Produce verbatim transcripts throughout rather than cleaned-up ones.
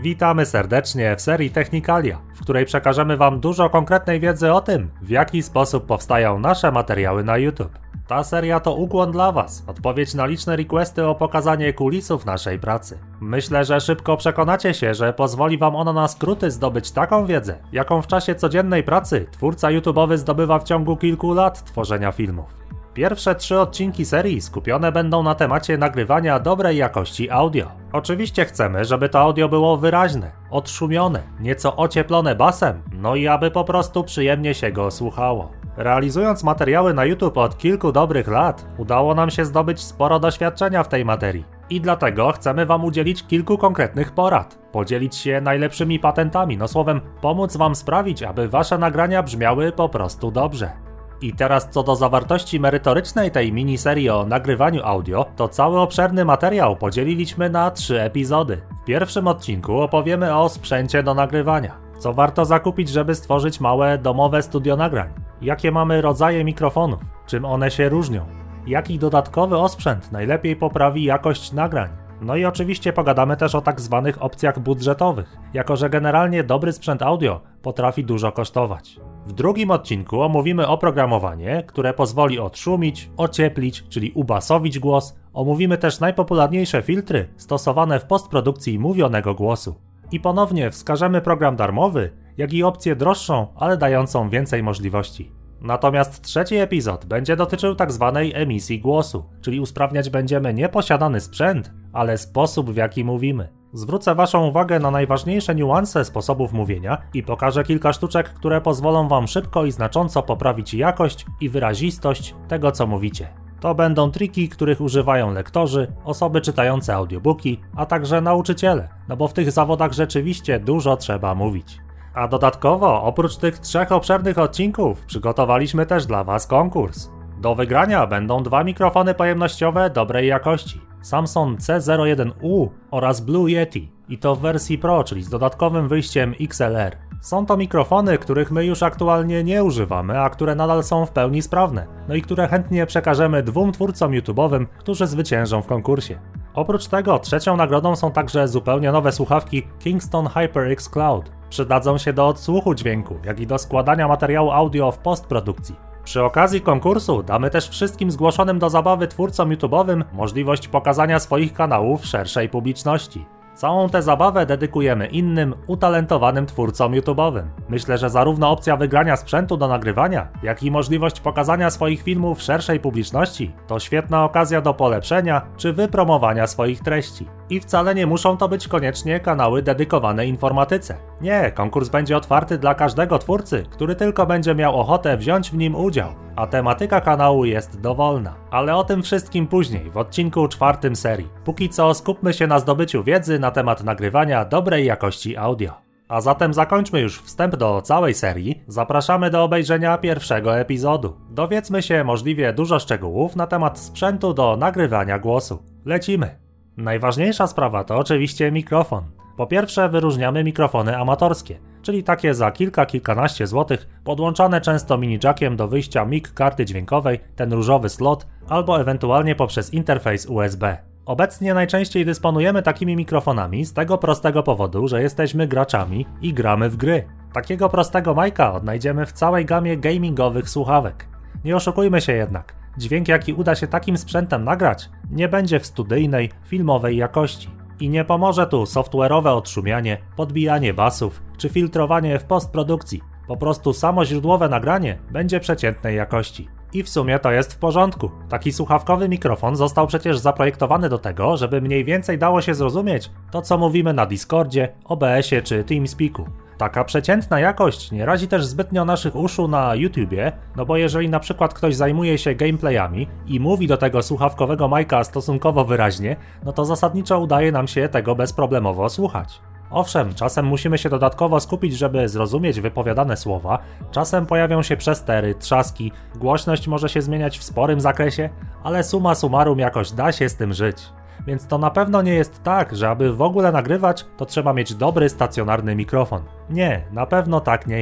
Witamy serdecznie w serii Technikalia, w której przekażemy Wam dużo konkretnej wiedzy o tym, w jaki sposób powstają nasze materiały na YouTube. Ta seria to ukłon dla Was, odpowiedź na liczne requesty o pokazanie kulisów naszej pracy. Myślę, że szybko przekonacie się, że pozwoli Wam ona na skróty zdobyć taką wiedzę, jaką w czasie codziennej pracy twórca YouTube'owy zdobywa w ciągu kilku lat tworzenia filmów. Pierwsze trzy odcinki serii skupione będą na temacie nagrywania dobrej jakości audio. Oczywiście chcemy, żeby to audio było wyraźne, odszumione, nieco ocieplone basem, no i aby po prostu przyjemnie się go słuchało. Realizując materiały na YouTube od kilku dobrych lat, udało nam się zdobyć sporo doświadczenia w tej materii. I dlatego chcemy Wam udzielić kilku konkretnych porad, podzielić się najlepszymi patentami, no słowem pomóc Wam sprawić, aby Wasze nagrania brzmiały po prostu dobrze. I teraz co do zawartości merytorycznej tej miniserii o nagrywaniu audio, to cały obszerny materiał podzieliliśmy na trzy epizody. W pierwszym odcinku opowiemy o sprzęcie do nagrywania, co warto zakupić, żeby stworzyć małe domowe studio nagrań, jakie mamy rodzaje mikrofonów, czym one się różnią, jaki dodatkowy osprzęt najlepiej poprawi jakość nagrań. No i oczywiście pogadamy też o tak zwanych opcjach budżetowych, jako że generalnie dobry sprzęt audio potrafi dużo kosztować. W drugim odcinku omówimy oprogramowanie, które pozwoli odszumić, ocieplić, czyli ubasowić głos. Omówimy też najpopularniejsze filtry stosowane w postprodukcji mówionego głosu. I ponownie wskażemy program darmowy, jak i opcję droższą, ale dającą więcej możliwości. Natomiast trzeci epizod będzie dotyczył tak zwanej emisji głosu, czyli usprawniać będziemy nie posiadany sprzęt, ale sposób, w jaki mówimy. Zwrócę Waszą uwagę na najważniejsze niuanse sposobów mówienia i pokażę kilka sztuczek, które pozwolą Wam szybko i znacząco poprawić jakość i wyrazistość tego, co mówicie. To będą triki, których używają lektorzy, osoby czytające audiobooki, a także nauczyciele, no bo w tych zawodach rzeczywiście dużo trzeba mówić. A dodatkowo, oprócz tych trzech obszernych odcinków, przygotowaliśmy też dla Was konkurs. Do wygrania będą dwa mikrofony pojemnościowe dobrej jakości, Samsung C zero jeden U oraz Blue Yeti, i to w wersji Pro, czyli z dodatkowym wyjściem X L R. Są to mikrofony, których my już aktualnie nie używamy, a które nadal są w pełni sprawne, no i które chętnie przekażemy dwóm twórcom YouTube'owym, którzy zwyciężą w konkursie. Oprócz tego trzecią nagrodą są także zupełnie nowe słuchawki Kingston HyperX Cloud. Przydadzą się do odsłuchu dźwięku, jak i do składania materiału audio w postprodukcji. Przy okazji konkursu damy też wszystkim zgłoszonym do zabawy twórcom YouTube'owym możliwość pokazania swoich kanałów szerszej publiczności. Całą tę zabawę dedykujemy innym, utalentowanym twórcom YouTube'owym. Myślę, że zarówno opcja wygrania sprzętu do nagrywania, jak i możliwość pokazania swoich filmów szerszej publiczności to świetna okazja do polepszenia czy wypromowania swoich treści. I wcale nie muszą to być koniecznie kanały dedykowane informatyce. Nie, konkurs będzie otwarty dla każdego twórcy, który tylko będzie miał ochotę wziąć w nim udział, a tematyka kanału jest dowolna. Ale o tym wszystkim później, w odcinku czwartym serii. Póki co skupmy się na zdobyciu wiedzy na temat nagrywania dobrej jakości audio. A zatem zakończmy już wstęp do całej serii, zapraszamy do obejrzenia pierwszego epizodu. Dowiedzmy się możliwie dużo szczegółów na temat sprzętu do nagrywania głosu. Lecimy! Najważniejsza sprawa to oczywiście mikrofon. Po pierwsze wyróżniamy mikrofony amatorskie, czyli takie za kilka, kilkanaście złotych, podłączane często mini jackiem do wyjścia mic karty dźwiękowej, ten różowy slot, albo ewentualnie poprzez interfejs U S B. Obecnie najczęściej dysponujemy takimi mikrofonami z tego prostego powodu, że jesteśmy graczami i gramy w gry. Takiego prostego majka odnajdziemy w całej gamie gamingowych słuchawek. Nie oszukujmy się jednak, dźwięk jaki uda się takim sprzętem nagrać, nie będzie w studyjnej, filmowej jakości. I nie pomoże tu software'owe odszumianie, podbijanie basów czy filtrowanie w postprodukcji. Po prostu samo źródłowe nagranie będzie przeciętnej jakości. I w sumie to jest w porządku. Taki słuchawkowy mikrofon został przecież zaprojektowany do tego, żeby mniej więcej dało się zrozumieć to, co mówimy na Discordzie, O B S ie czy TeamSpeaku. Taka przeciętna jakość nie razi też zbytnio naszych uszu na YouTubie, no bo jeżeli na przykład ktoś zajmuje się gameplayami i mówi do tego słuchawkowego majka stosunkowo wyraźnie, no to zasadniczo udaje nam się tego bezproblemowo słuchać. Owszem, czasem musimy się dodatkowo skupić, żeby zrozumieć wypowiadane słowa, czasem pojawią się przestery, trzaski, głośność może się zmieniać w sporym zakresie, ale summa summarum jakoś da się z tym żyć. Więc to na pewno nie jest tak, że aby w ogóle nagrywać, to trzeba mieć dobry stacjonarny mikrofon. Nie, na pewno tak nie jest.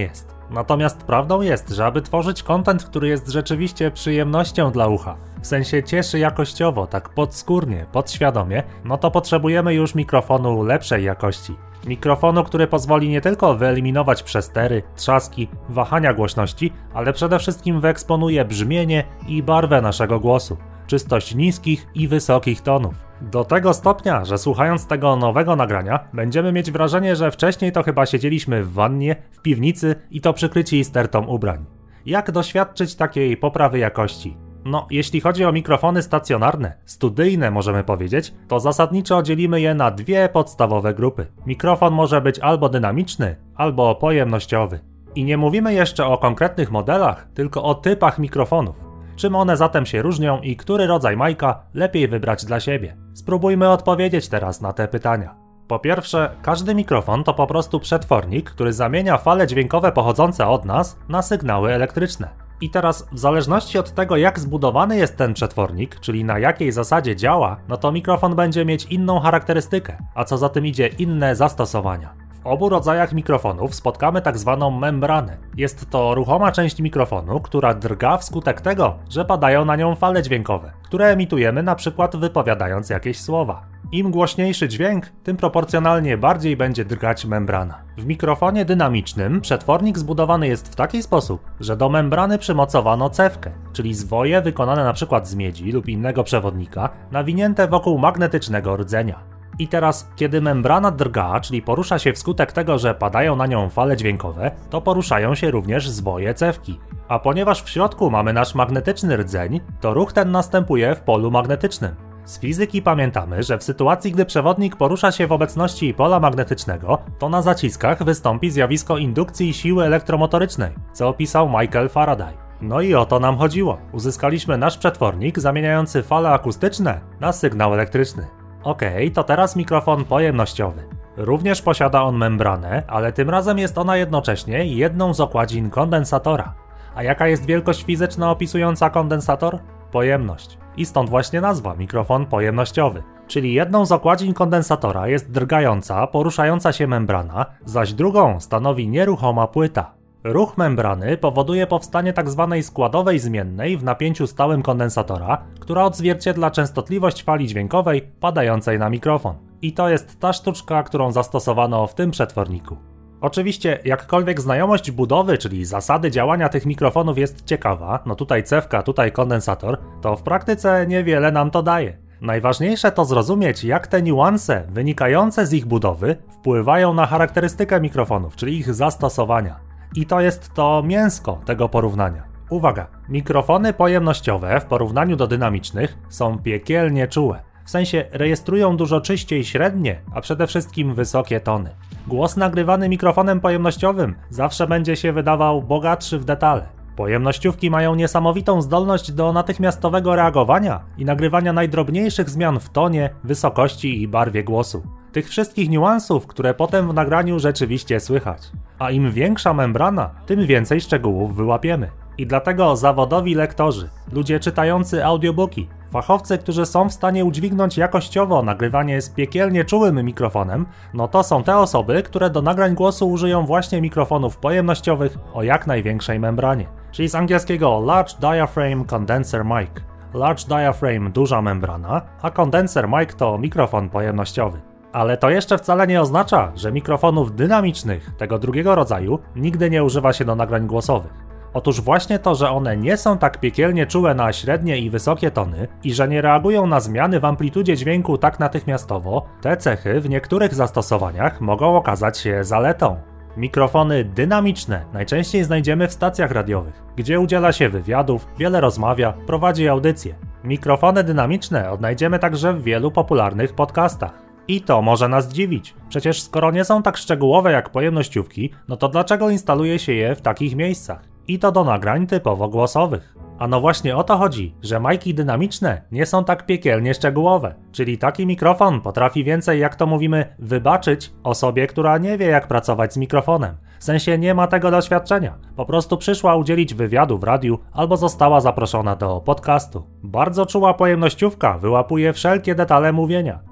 Natomiast prawdą jest, że aby tworzyć content, który jest rzeczywiście przyjemnością dla ucha, w sensie cieszy jakościowo, tak podskórnie, podświadomie, no to potrzebujemy już mikrofonu lepszej jakości. Mikrofonu, który pozwoli nie tylko wyeliminować przestery, trzaski, wahania głośności, ale przede wszystkim wyeksponuje brzmienie i barwę naszego głosu, czystość niskich i wysokich tonów. Do tego stopnia, że słuchając tego nowego nagrania, będziemy mieć wrażenie, że wcześniej to chyba siedzieliśmy w wannie, w piwnicy i to przykryci stertą ubrań. Jak doświadczyć takiej poprawy jakości? No, jeśli chodzi o mikrofony stacjonarne, studyjne możemy powiedzieć, to zasadniczo dzielimy je na dwie podstawowe grupy. Mikrofon może być albo dynamiczny, albo pojemnościowy. I nie mówimy jeszcze o konkretnych modelach, tylko o typach mikrofonów. Czym one zatem się różnią i który rodzaj majka lepiej wybrać dla siebie? Spróbujmy odpowiedzieć teraz na te pytania. Po pierwsze, każdy mikrofon to po prostu przetwornik, który zamienia fale dźwiękowe pochodzące od nas na sygnały elektryczne. I teraz, w zależności od tego, jak zbudowany jest ten przetwornik, czyli na jakiej zasadzie działa, no to mikrofon będzie mieć inną charakterystykę, a co za tym idzie inne zastosowania. W obu rodzajach mikrofonów spotkamy tak zwaną membranę. Jest to ruchoma część mikrofonu, która drga wskutek tego, że padają na nią fale dźwiękowe, które emitujemy na przykład wypowiadając jakieś słowa. Im głośniejszy dźwięk, tym proporcjonalnie bardziej będzie drgać membrana. W mikrofonie dynamicznym przetwornik zbudowany jest w taki sposób, że do membrany przymocowano cewkę, czyli zwoje wykonane np. z miedzi lub innego przewodnika, nawinięte wokół magnetycznego rdzenia. I teraz, kiedy membrana drga, czyli porusza się wskutek tego, że padają na nią fale dźwiękowe, to poruszają się również zwoje cewki. A ponieważ w środku mamy nasz magnetyczny rdzeń, to ruch ten następuje w polu magnetycznym. Z fizyki pamiętamy, że w sytuacji, gdy przewodnik porusza się w obecności pola magnetycznego, to na zaciskach wystąpi zjawisko indukcji siły elektromotorycznej, co opisał Michael Faraday. No i o to nam chodziło. Uzyskaliśmy nasz przetwornik zamieniający fale akustyczne na sygnał elektryczny. Okej, to teraz mikrofon pojemnościowy. Również posiada on membranę, ale tym razem jest ona jednocześnie jedną z okładzin kondensatora. A jaka jest wielkość fizyczna opisująca kondensator? Pojemność. I stąd właśnie nazwa mikrofon pojemnościowy. Czyli jedną z okładzin kondensatora jest drgająca, poruszająca się membrana, zaś drugą stanowi nieruchoma płyta. Ruch membrany powoduje powstanie tzw. składowej zmiennej w napięciu stałym kondensatora, która odzwierciedla częstotliwość fali dźwiękowej padającej na mikrofon. I to jest ta sztuczka, którą zastosowano w tym przetworniku. Oczywiście, jakkolwiek znajomość budowy, czyli zasady działania tych mikrofonów jest ciekawa, no tutaj cewka, tutaj kondensator, to w praktyce niewiele nam to daje. Najważniejsze to zrozumieć, jak te niuanse wynikające z ich budowy wpływają na charakterystykę mikrofonów, czyli ich zastosowania. I to jest to mięsko tego porównania. Uwaga, mikrofony pojemnościowe w porównaniu do dynamicznych są piekielnie czułe. W sensie rejestrują dużo czyściej średnie, a przede wszystkim wysokie tony. Głos nagrywany mikrofonem pojemnościowym zawsze będzie się wydawał bogatszy w detale. Pojemnościówki mają niesamowitą zdolność do natychmiastowego reagowania i nagrywania najdrobniejszych zmian w tonie, wysokości i barwie głosu. Tych wszystkich niuansów, które potem w nagraniu rzeczywiście słychać. A im większa membrana, tym więcej szczegółów wyłapiemy. I dlatego zawodowi lektorzy, ludzie czytający audiobooki, fachowcy, którzy są w stanie udźwignąć jakościowo nagrywanie z piekielnie czułym mikrofonem, no to są te osoby, które do nagrań głosu użyją właśnie mikrofonów pojemnościowych o jak największej membranie. Czyli z angielskiego Large Diaphragm Condenser Mic. Large Diaphragm duża membrana, a Condenser Mic to mikrofon pojemnościowy. Ale to jeszcze wcale nie oznacza, że mikrofonów dynamicznych tego drugiego rodzaju nigdy nie używa się do nagrań głosowych. Otóż właśnie to, że one nie są tak piekielnie czułe na średnie i wysokie tony i że nie reagują na zmiany w amplitudzie dźwięku tak natychmiastowo, te cechy w niektórych zastosowaniach mogą okazać się zaletą. Mikrofony dynamiczne najczęściej znajdziemy w stacjach radiowych, gdzie udziela się wywiadów, wiele rozmawia, prowadzi audycje. Mikrofony dynamiczne odnajdziemy także w wielu popularnych podcastach. I to może nas dziwić. Przecież skoro nie są tak szczegółowe jak pojemnościówki, no to dlaczego instaluje się je w takich miejscach? I to do nagrań typowo głosowych. A no właśnie o to chodzi, że majki dynamiczne nie są tak piekielnie szczegółowe. Czyli taki mikrofon potrafi więcej, jak to mówimy, wybaczyć osobie, która nie wie jak pracować z mikrofonem. W sensie nie ma tego doświadczenia. Po prostu przyszła udzielić wywiadu w radiu albo została zaproszona do podcastu. Bardzo czuła pojemnościówka wyłapuje wszelkie detale mówienia.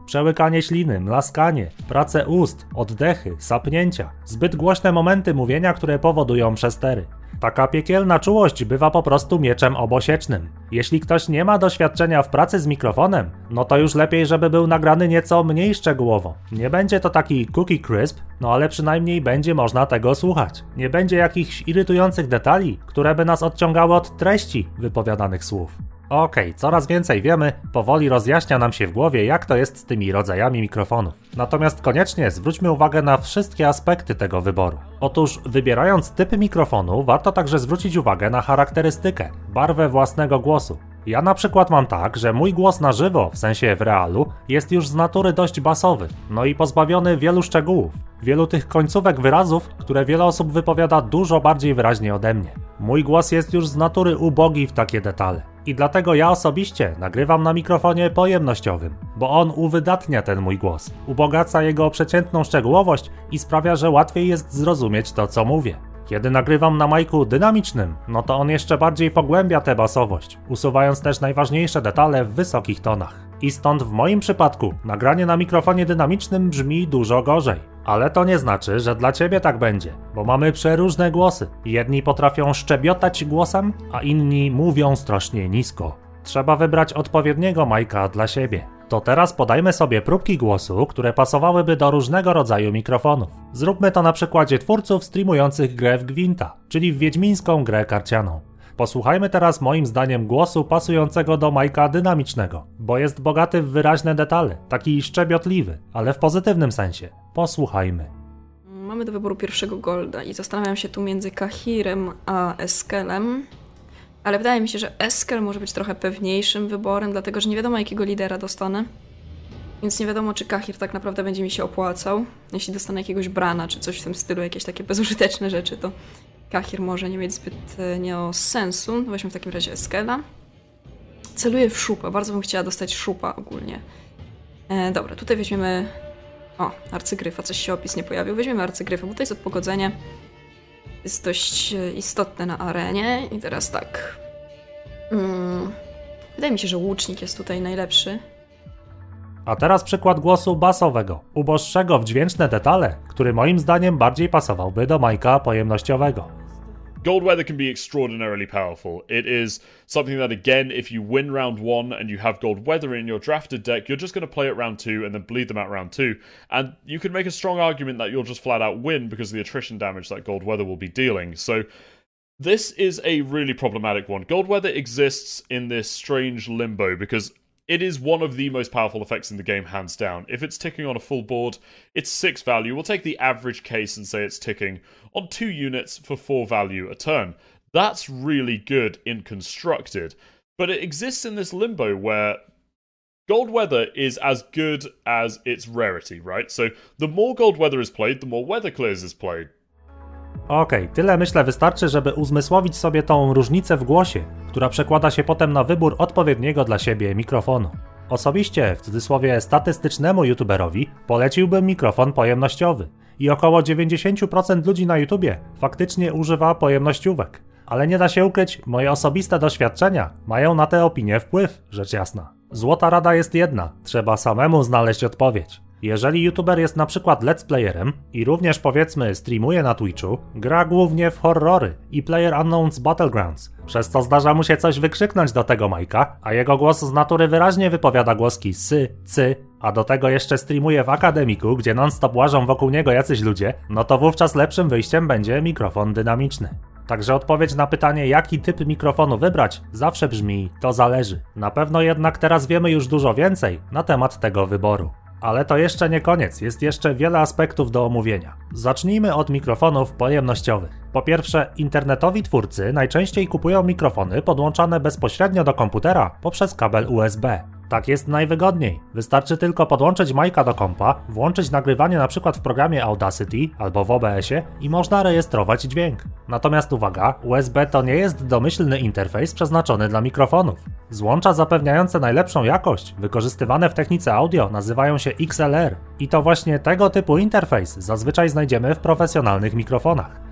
przełykanie śliny, mlaskanie, pracę ust, oddechy, sapnięcia, zbyt głośne momenty mówienia, które powodują przestery. Taka piekielna czułość bywa po prostu mieczem obosiecznym. Jeśli ktoś nie ma doświadczenia w pracy z mikrofonem, no to już lepiej, żeby był nagrany nieco mniej szczegółowo. Nie będzie to taki cookie crisp, no ale przynajmniej będzie można tego słuchać. Nie będzie jakichś irytujących detali, które by nas odciągały od treści wypowiadanych słów. Okej, okay, coraz więcej wiemy, powoli rozjaśnia nam się w głowie, jak to jest z tymi rodzajami mikrofonów. Natomiast koniecznie zwróćmy uwagę na wszystkie aspekty tego wyboru. Otóż wybierając typy mikrofonu, warto także zwrócić uwagę na charakterystykę, barwę własnego głosu. Ja na przykład mam tak, że mój głos na żywo, w sensie w realu, jest już z natury dość basowy, no i pozbawiony wielu szczegółów, wielu tych końcówek wyrazów, które wiele osób wypowiada dużo bardziej wyraźnie ode mnie. Mój głos jest już z natury ubogi w takie detale. I dlatego ja osobiście nagrywam na mikrofonie pojemnościowym, bo on uwydatnia ten mój głos, ubogaca jego przeciętną szczegółowość i sprawia, że łatwiej jest zrozumieć to, co mówię. Kiedy nagrywam na majku dynamicznym, no to on jeszcze bardziej pogłębia tę basowość, usuwając też najważniejsze detale w wysokich tonach. I stąd w moim przypadku nagranie na mikrofonie dynamicznym brzmi dużo gorzej. Ale to nie znaczy, że dla ciebie tak będzie, bo mamy przeróżne głosy. Jedni potrafią szczebiotać głosem, a inni mówią strasznie nisko. Trzeba wybrać odpowiedniego majka dla siebie. To teraz podajmy sobie próbki głosu, które pasowałyby do różnego rodzaju mikrofonów. Zróbmy to na przykładzie twórców streamujących grę w Gwinta, czyli w wiedźmińską grę karcianą. Posłuchajmy teraz moim zdaniem głosu pasującego do majka dynamicznego, bo jest bogaty w wyraźne detale, taki szczebiotliwy, ale w pozytywnym sensie. Posłuchajmy. Mamy do wyboru pierwszego golda i zastanawiam się tu między Kahirem a Eskelem, ale wydaje mi się, że Eskel może być trochę pewniejszym wyborem, dlatego że nie wiadomo, jakiego lidera dostanę, więc nie wiadomo, czy Kahir tak naprawdę będzie mi się opłacał. Jeśli dostanę jakiegoś Brana czy coś w tym stylu, jakieś takie bezużyteczne rzeczy, to Kahir może nie mieć zbytnio sensu. No weźmy w takim razie Eskela. Celuję w Szupa, bardzo bym chciała dostać Szupa ogólnie. E, dobra, tutaj weźmiemy... O, arcygryfa, coś się opis nie pojawił. Weźmiemy arcygryfa, bo to jest odpogodzenie. Jest dość istotne na arenie. I teraz tak. Hmm. Wydaje mi się, że łucznik jest tutaj najlepszy. A teraz przykład głosu basowego, uboższego w dźwięczne detale, który moim zdaniem bardziej pasowałby do majka pojemnościowego. Gold Weather can be extraordinarily powerful. It is something that, again, if you win round one and you have Gold Weather in your drafted deck, you're just going to play it round two and then bleed them out round two. And you can make a strong argument that you'll just flat out win because of the attrition damage that Gold Weather will be dealing. So this is a really problematic one. Gold Weather exists in this strange limbo because it is one of the most powerful effects in the game, hands down. If it's ticking on a full board, it's six value. We'll take the average case and say it's ticking on two units for four value a turn. That's really good in constructed. But it exists in this limbo where Gold Weather is as good as its rarity, right? So the more Gold Weather is played, the more Weather Clears is played. Okej, okay, tyle myślę wystarczy, żeby uzmysłowić sobie tą różnicę w głosie, która przekłada się potem na wybór odpowiedniego dla siebie mikrofonu. Osobiście, w cudzysłowie statystycznemu youtuberowi, poleciłbym mikrofon pojemnościowy i około dziewięćdziesiąt procent ludzi na YouTubie faktycznie używa pojemnościówek. Ale nie da się ukryć, moje osobiste doświadczenia mają na te opinie wpływ, rzecz jasna. Złota rada jest jedna, trzeba samemu znaleźć odpowiedź. Jeżeli youtuber jest na przykład let's playerem i również powiedzmy streamuje na Twitchu, gra głównie w horrory i PlayerUnknown's Battlegrounds, przez co zdarza mu się coś wykrzyknąć do tego majka, a jego głos z natury wyraźnie wypowiada głoski sy, cy, a do tego jeszcze streamuje w akademiku, gdzie non-stop łażą wokół niego jacyś ludzie, no to wówczas lepszym wyjściem będzie mikrofon dynamiczny. Także odpowiedź na pytanie, jaki typ mikrofonu wybrać, zawsze brzmi, to zależy. Na pewno jednak teraz wiemy już dużo więcej na temat tego wyboru. Ale to jeszcze nie koniec, jest jeszcze wiele aspektów do omówienia. Zacznijmy od mikrofonów pojemnościowych. Po pierwsze, internetowi twórcy najczęściej kupują mikrofony podłączane bezpośrednio do komputera poprzez kabel U S B. Tak jest najwygodniej. Wystarczy tylko podłączyć majka do kompa, włączyć nagrywanie np. w programie Audacity albo w O B S-ie i można rejestrować dźwięk. Natomiast uwaga, U S B to nie jest domyślny interfejs przeznaczony dla mikrofonów. Złącza zapewniające najlepszą jakość, wykorzystywane w technice audio, nazywają się X L R i to właśnie tego typu interfejs zazwyczaj znajdziemy w profesjonalnych mikrofonach.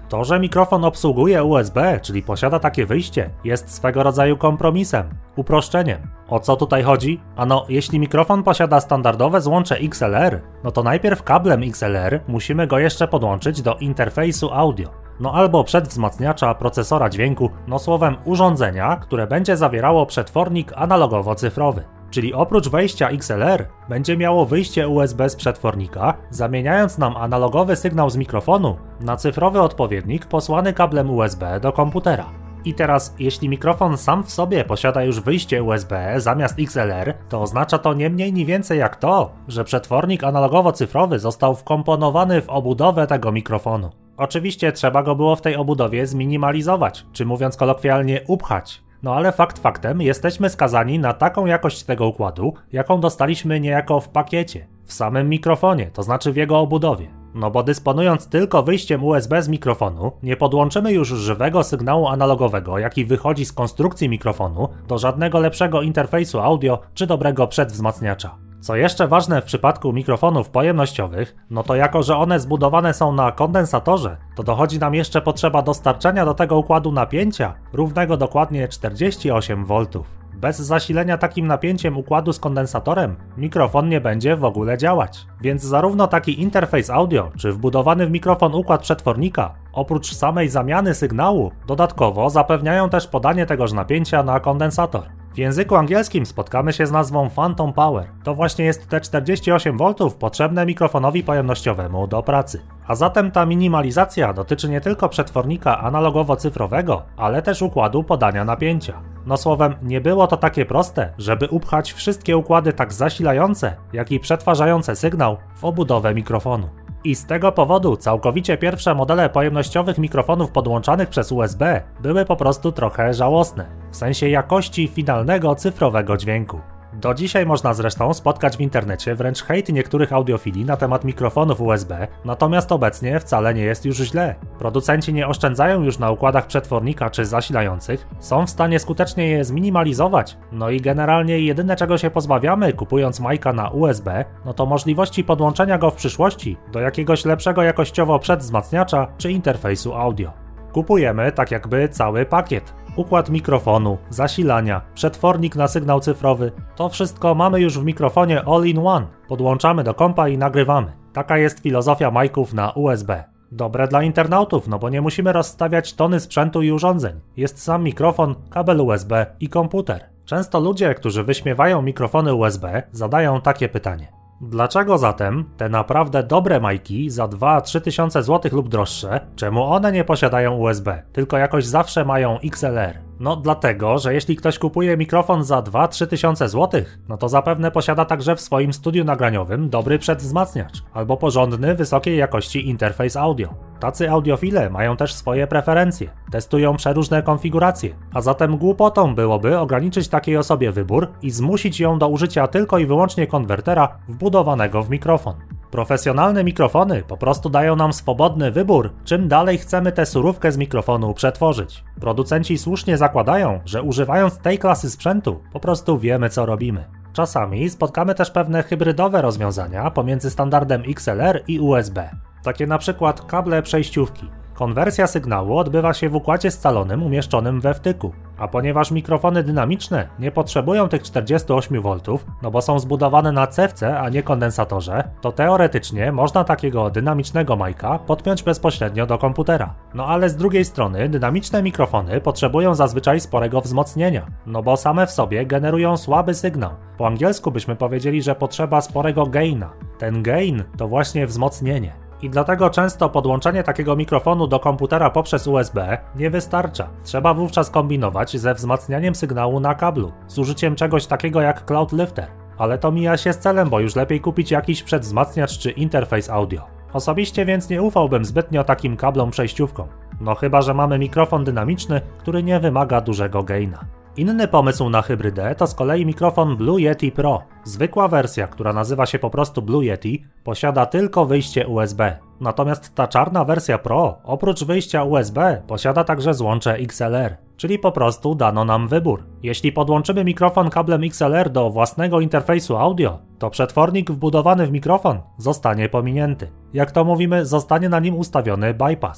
To, że mikrofon obsługuje U S B, czyli posiada takie wyjście, jest swego rodzaju kompromisem, uproszczeniem. O co tutaj chodzi? Ano, jeśli mikrofon posiada standardowe złącze X L R, no to najpierw kablem X L R musimy go jeszcze podłączyć do interfejsu audio. No albo przedwzmacniacza procesora dźwięku, no słowem urządzenia, które będzie zawierało przetwornik analogowo-cyfrowy. Czyli oprócz wejścia X L R będzie miało wyjście U S B z przetwornika, zamieniając nam analogowy sygnał z mikrofonu na cyfrowy odpowiednik posłany kablem U S B do komputera. I teraz, jeśli mikrofon sam w sobie posiada już wyjście U S B zamiast X L R, to oznacza to nie mniej ni więcej jak to, że przetwornik analogowo-cyfrowy został wkomponowany w obudowę tego mikrofonu. Oczywiście trzeba go było w tej obudowie zminimalizować, czy mówiąc kolokwialnie upchać. No ale fakt faktem, jesteśmy skazani na taką jakość tego układu, jaką dostaliśmy niejako w pakiecie, w samym mikrofonie, to znaczy w jego obudowie. No bo dysponując tylko wyjściem U S B z mikrofonu, nie podłączymy już żywego sygnału analogowego, jaki wychodzi z konstrukcji mikrofonu, do żadnego lepszego interfejsu audio czy dobrego przedwzmacniacza. Co jeszcze ważne w przypadku mikrofonów pojemnościowych, no to jako, że one zbudowane są na kondensatorze, to dochodzi nam jeszcze potrzeba dostarczenia do tego układu napięcia równego dokładnie czterdzieści osiem woltów. Bez zasilenia takim napięciem układu z kondensatorem mikrofon nie będzie w ogóle działać. Więc zarówno taki interfejs audio, czy wbudowany w mikrofon układ przetwornika, oprócz samej zamiany sygnału, dodatkowo zapewniają też podanie tegoż napięcia na kondensator. W języku angielskim spotkamy się z nazwą Phantom Power. To właśnie jest te czterdzieści osiem woltów potrzebne mikrofonowi pojemnościowemu do pracy. A zatem ta minimalizacja dotyczy nie tylko przetwornika analogowo-cyfrowego, ale też układu podania napięcia. No słowem, nie było to takie proste, żeby upchać wszystkie układy tak zasilające, jak i przetwarzające sygnał w obudowę mikrofonu. I z tego powodu całkowicie pierwsze modele pojemnościowych mikrofonów podłączanych przez U S B były po prostu trochę żałosne, w sensie jakości finalnego cyfrowego dźwięku. Do dzisiaj można zresztą spotkać w internecie wręcz hejt niektórych audiofili na temat mikrofonów U S B, natomiast obecnie wcale nie jest już źle. Producenci nie oszczędzają już na układach przetwornika czy zasilających, są w stanie skutecznie je zminimalizować, no i generalnie jedyne czego się pozbawiamy kupując majka na U S B, no to możliwości podłączenia go w przyszłości do jakiegoś lepszego jakościowo przedwzmacniacza czy interfejsu audio. Kupujemy tak jakby cały pakiet. Układ mikrofonu, zasilania, przetwornik na sygnał cyfrowy, to wszystko mamy już w mikrofonie all-in-one. Podłączamy do kompa i nagrywamy. Taka jest filozofia majków na U S B. Dobre dla internautów, no bo nie musimy rozstawiać tony sprzętu i urządzeń. Jest sam mikrofon, kabel U S B i komputer. Często ludzie, którzy wyśmiewają mikrofony U S B, zadają takie pytanie. Dlaczego zatem te naprawdę dobre majki za dwa do trzech tysiące złotych lub droższe, czemu one nie posiadają U S B, tylko jakoś zawsze mają X L R? No dlatego, że jeśli ktoś kupuje mikrofon za dwa do trzech tysiące złotych, no to zapewne posiada także w swoim studiu nagraniowym dobry przedwzmacniacz, albo porządny, wysokiej jakości interfejs audio. Tacy audiofile mają też swoje preferencje, testują przeróżne konfiguracje, a zatem głupotą byłoby ograniczyć takiej osobie wybór i zmusić ją do użycia tylko i wyłącznie konwertera wbudowanego w mikrofon. Profesjonalne mikrofony po prostu dają nam swobodny wybór, czym dalej chcemy tę surówkę z mikrofonu przetworzyć. Producenci słusznie zakładają, że używając tej klasy sprzętu po prostu wiemy co robimy. Czasami spotkamy też pewne hybrydowe rozwiązania pomiędzy standardem X L R i U S B. Takie na przykład kable przejściówki. Konwersja sygnału odbywa się w układzie scalonym umieszczonym we wtyku, a ponieważ mikrofony dynamiczne nie potrzebują tych czterdziestu ośmiu woltów, no bo są zbudowane na cewce, a nie kondensatorze, to teoretycznie można takiego dynamicznego majka podpiąć bezpośrednio do komputera. No ale z drugiej strony dynamiczne mikrofony potrzebują zazwyczaj sporego wzmocnienia, no bo same w sobie generują słaby sygnał. Po angielsku byśmy powiedzieli, że potrzeba sporego gaina. Ten gain to właśnie wzmocnienie. I dlatego często podłączenie takiego mikrofonu do komputera poprzez U S B nie wystarcza. Trzeba wówczas kombinować ze wzmacnianiem sygnału na kablu, z użyciem czegoś takiego jak Cloud Lifter. Ale to mija się z celem, bo już lepiej kupić jakiś przedwzmacniacz czy interfejs audio. Osobiście więc nie ufałbym zbytnio takim kablom przejściówkom. No chyba, że mamy mikrofon dynamiczny, który nie wymaga dużego gaina. Inny pomysł na hybrydę to z kolei mikrofon Blue Yeti Pro. Zwykła wersja, która nazywa się po prostu Blue Yeti, posiada tylko wyjście U S B. Natomiast ta czarna wersja Pro, oprócz wyjścia U S B, posiada także złącze X L R. Czyli po prostu dano nam wybór. Jeśli podłączymy mikrofon kablem X L R do własnego interfejsu audio, to przetwornik wbudowany w mikrofon zostanie pominięty. Jak to mówimy, zostanie na nim ustawiony bypass.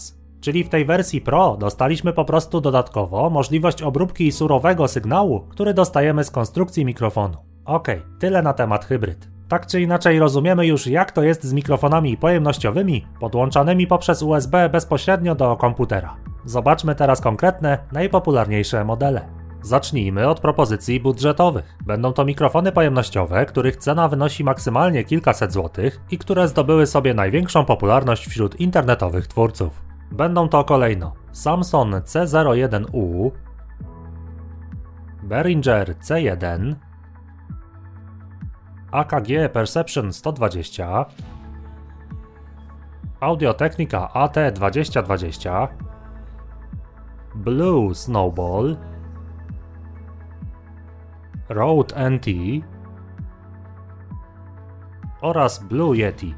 Czyli w tej wersji Pro dostaliśmy po prostu dodatkowo możliwość obróbki surowego sygnału, który dostajemy z konstrukcji mikrofonu. Okej, tyle na temat hybryd. Tak czy inaczej rozumiemy już, jak to jest z mikrofonami pojemnościowymi podłączanymi poprzez U S B bezpośrednio do komputera. Zobaczmy teraz konkretne, najpopularniejsze modele. Zacznijmy od propozycji budżetowych. Będą to mikrofony pojemnościowe, których cena wynosi maksymalnie kilkaset złotych i które zdobyły sobie największą popularność wśród internetowych twórców. Będą to kolejno Samson C zero jeden U, Behringer C jeden, A K G Perception sto dwadzieścia, Audio-Technica A T dwadzieścia dwadzieścia, Blue Snowball, Rode N T oraz Blue Yeti.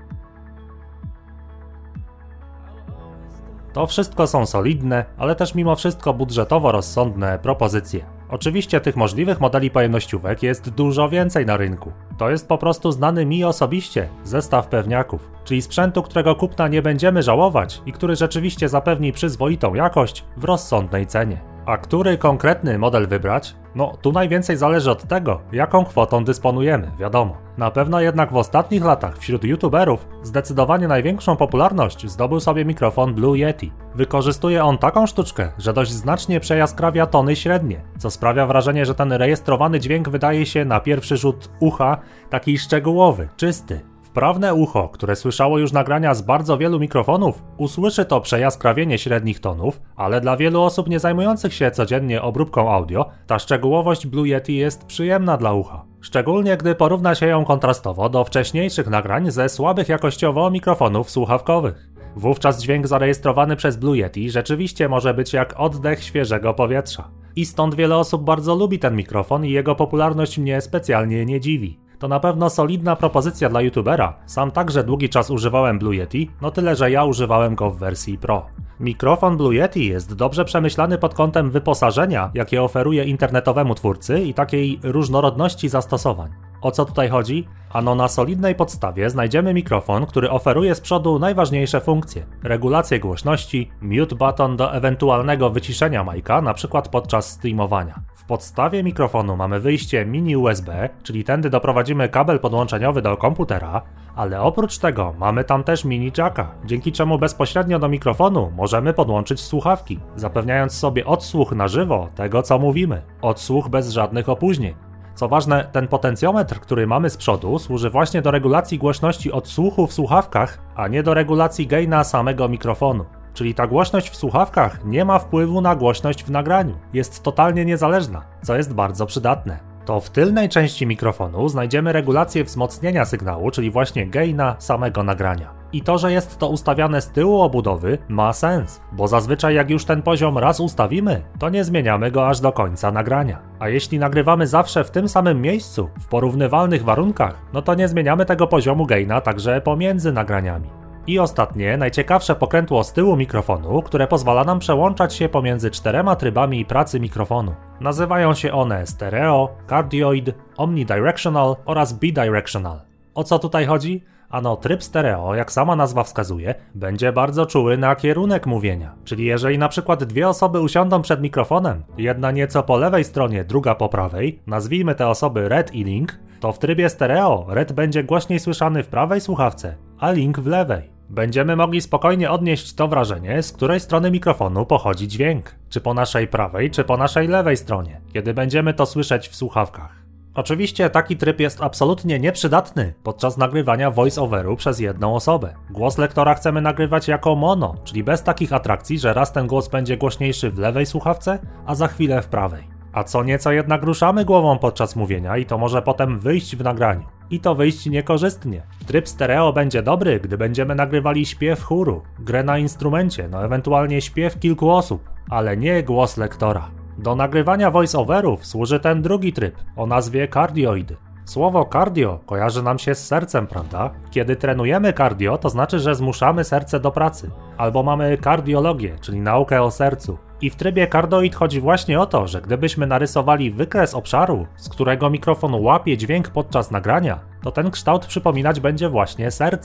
To wszystko są solidne, ale też mimo wszystko budżetowo rozsądne propozycje. Oczywiście tych możliwych modeli pojemnościówek jest dużo więcej na rynku. To jest po prostu znany mi osobiście zestaw pewniaków, czyli sprzętu, którego kupna nie będziemy żałować i który rzeczywiście zapewni przyzwoitą jakość w rozsądnej cenie. A który konkretny model wybrać? No, tu najwięcej zależy od tego, jaką kwotą dysponujemy, wiadomo. Na pewno jednak w ostatnich latach wśród youtuberów zdecydowanie największą popularność zdobył sobie mikrofon Blue Yeti. Wykorzystuje on taką sztuczkę, że dość znacznie przejaskrawia tony średnie, co sprawia wrażenie, że ten rejestrowany dźwięk wydaje się na pierwszy rzut ucha taki szczegółowy, czysty. Wprawne ucho, które słyszało już nagrania z bardzo wielu mikrofonów, usłyszy to przejaskrawienie średnich tonów, ale dla wielu osób nie zajmujących się codziennie obróbką audio, ta szczegółowość Blue Yeti jest przyjemna dla ucha. Szczególnie gdy porówna się ją kontrastowo do wcześniejszych nagrań ze słabych jakościowo mikrofonów słuchawkowych. Wówczas dźwięk zarejestrowany przez Blue Yeti rzeczywiście może być jak oddech świeżego powietrza. I stąd wiele osób bardzo lubi ten mikrofon i jego popularność mnie specjalnie nie dziwi. To na pewno solidna propozycja dla youtubera, sam także długi czas używałem Blue Yeti, no tyle że ja używałem go w wersji Pro. Mikrofon Blue Yeti jest dobrze przemyślany pod kątem wyposażenia, jakie oferuje internetowemu twórcy i takiej różnorodności zastosowań. O co tutaj chodzi? Ano na solidnej podstawie znajdziemy mikrofon, który oferuje z przodu najważniejsze funkcje. Regulację głośności, mute button do ewentualnego wyciszenia majka, np. podczas streamowania. W podstawie mikrofonu mamy wyjście mini U S B, czyli tędy doprowadzimy kabel podłączeniowy do komputera, ale oprócz tego mamy tam też mini jacka, dzięki czemu bezpośrednio do mikrofonu możemy podłączyć słuchawki, zapewniając sobie odsłuch na żywo tego, co mówimy. Odsłuch bez żadnych opóźnień. Co ważne, ten potencjometr, który mamy z przodu, służy właśnie do regulacji głośności odsłuchu w słuchawkach, a nie do regulacji gaina samego mikrofonu. Czyli ta głośność w słuchawkach nie ma wpływu na głośność w nagraniu. Jest totalnie niezależna, co jest bardzo przydatne. To w tylnej części mikrofonu znajdziemy regulację wzmocnienia sygnału, czyli właśnie gaina samego nagrania. I to, że jest to ustawiane z tyłu obudowy, ma sens, bo zazwyczaj jak już ten poziom raz ustawimy, to nie zmieniamy go aż do końca nagrania. A jeśli nagrywamy zawsze w tym samym miejscu, w porównywalnych warunkach, no to nie zmieniamy tego poziomu gaina także pomiędzy nagraniami. I ostatnie, najciekawsze pokrętło z tyłu mikrofonu, które pozwala nam przełączać się pomiędzy czterema trybami pracy mikrofonu. Nazywają się one stereo, cardioid, omnidirectional oraz bidirectional. O co tutaj chodzi? Ano tryb stereo, jak sama nazwa wskazuje, będzie bardzo czuły na kierunek mówienia. Czyli jeżeli na przykład dwie osoby usiądą przed mikrofonem, jedna nieco po lewej stronie, druga po prawej, nazwijmy te osoby Red i Link, to w trybie stereo Red będzie głośniej słyszany w prawej słuchawce, a Link w lewej. Będziemy mogli spokojnie odnieść to wrażenie, z której strony mikrofonu pochodzi dźwięk, czy po naszej prawej, czy po naszej lewej stronie, kiedy będziemy to słyszeć w słuchawkach. Oczywiście taki tryb jest absolutnie nieprzydatny podczas nagrywania voice-overu przez jedną osobę. Głos lektora chcemy nagrywać jako mono, czyli bez takich atrakcji, że raz ten głos będzie głośniejszy w lewej słuchawce, a za chwilę w prawej. A co nieco jednak ruszamy głową podczas mówienia i to może potem wyjść w nagraniu. I to wyjść niekorzystnie. Tryb stereo będzie dobry, gdy będziemy nagrywali śpiew chóru, grę na instrumencie, no ewentualnie śpiew kilku osób, ale nie głos lektora. Do nagrywania voice-overów służy ten drugi tryb, o nazwie cardioid. Słowo cardio kojarzy nam się z sercem, prawda? Kiedy trenujemy cardio, to znaczy, że zmuszamy serce do pracy. Albo mamy kardiologię, czyli naukę o sercu. I w trybie cardioid chodzi właśnie o to, że gdybyśmy narysowali wykres obszaru, z którego mikrofon łapie dźwięk podczas nagrania, to ten kształt przypominać będzie właśnie serce.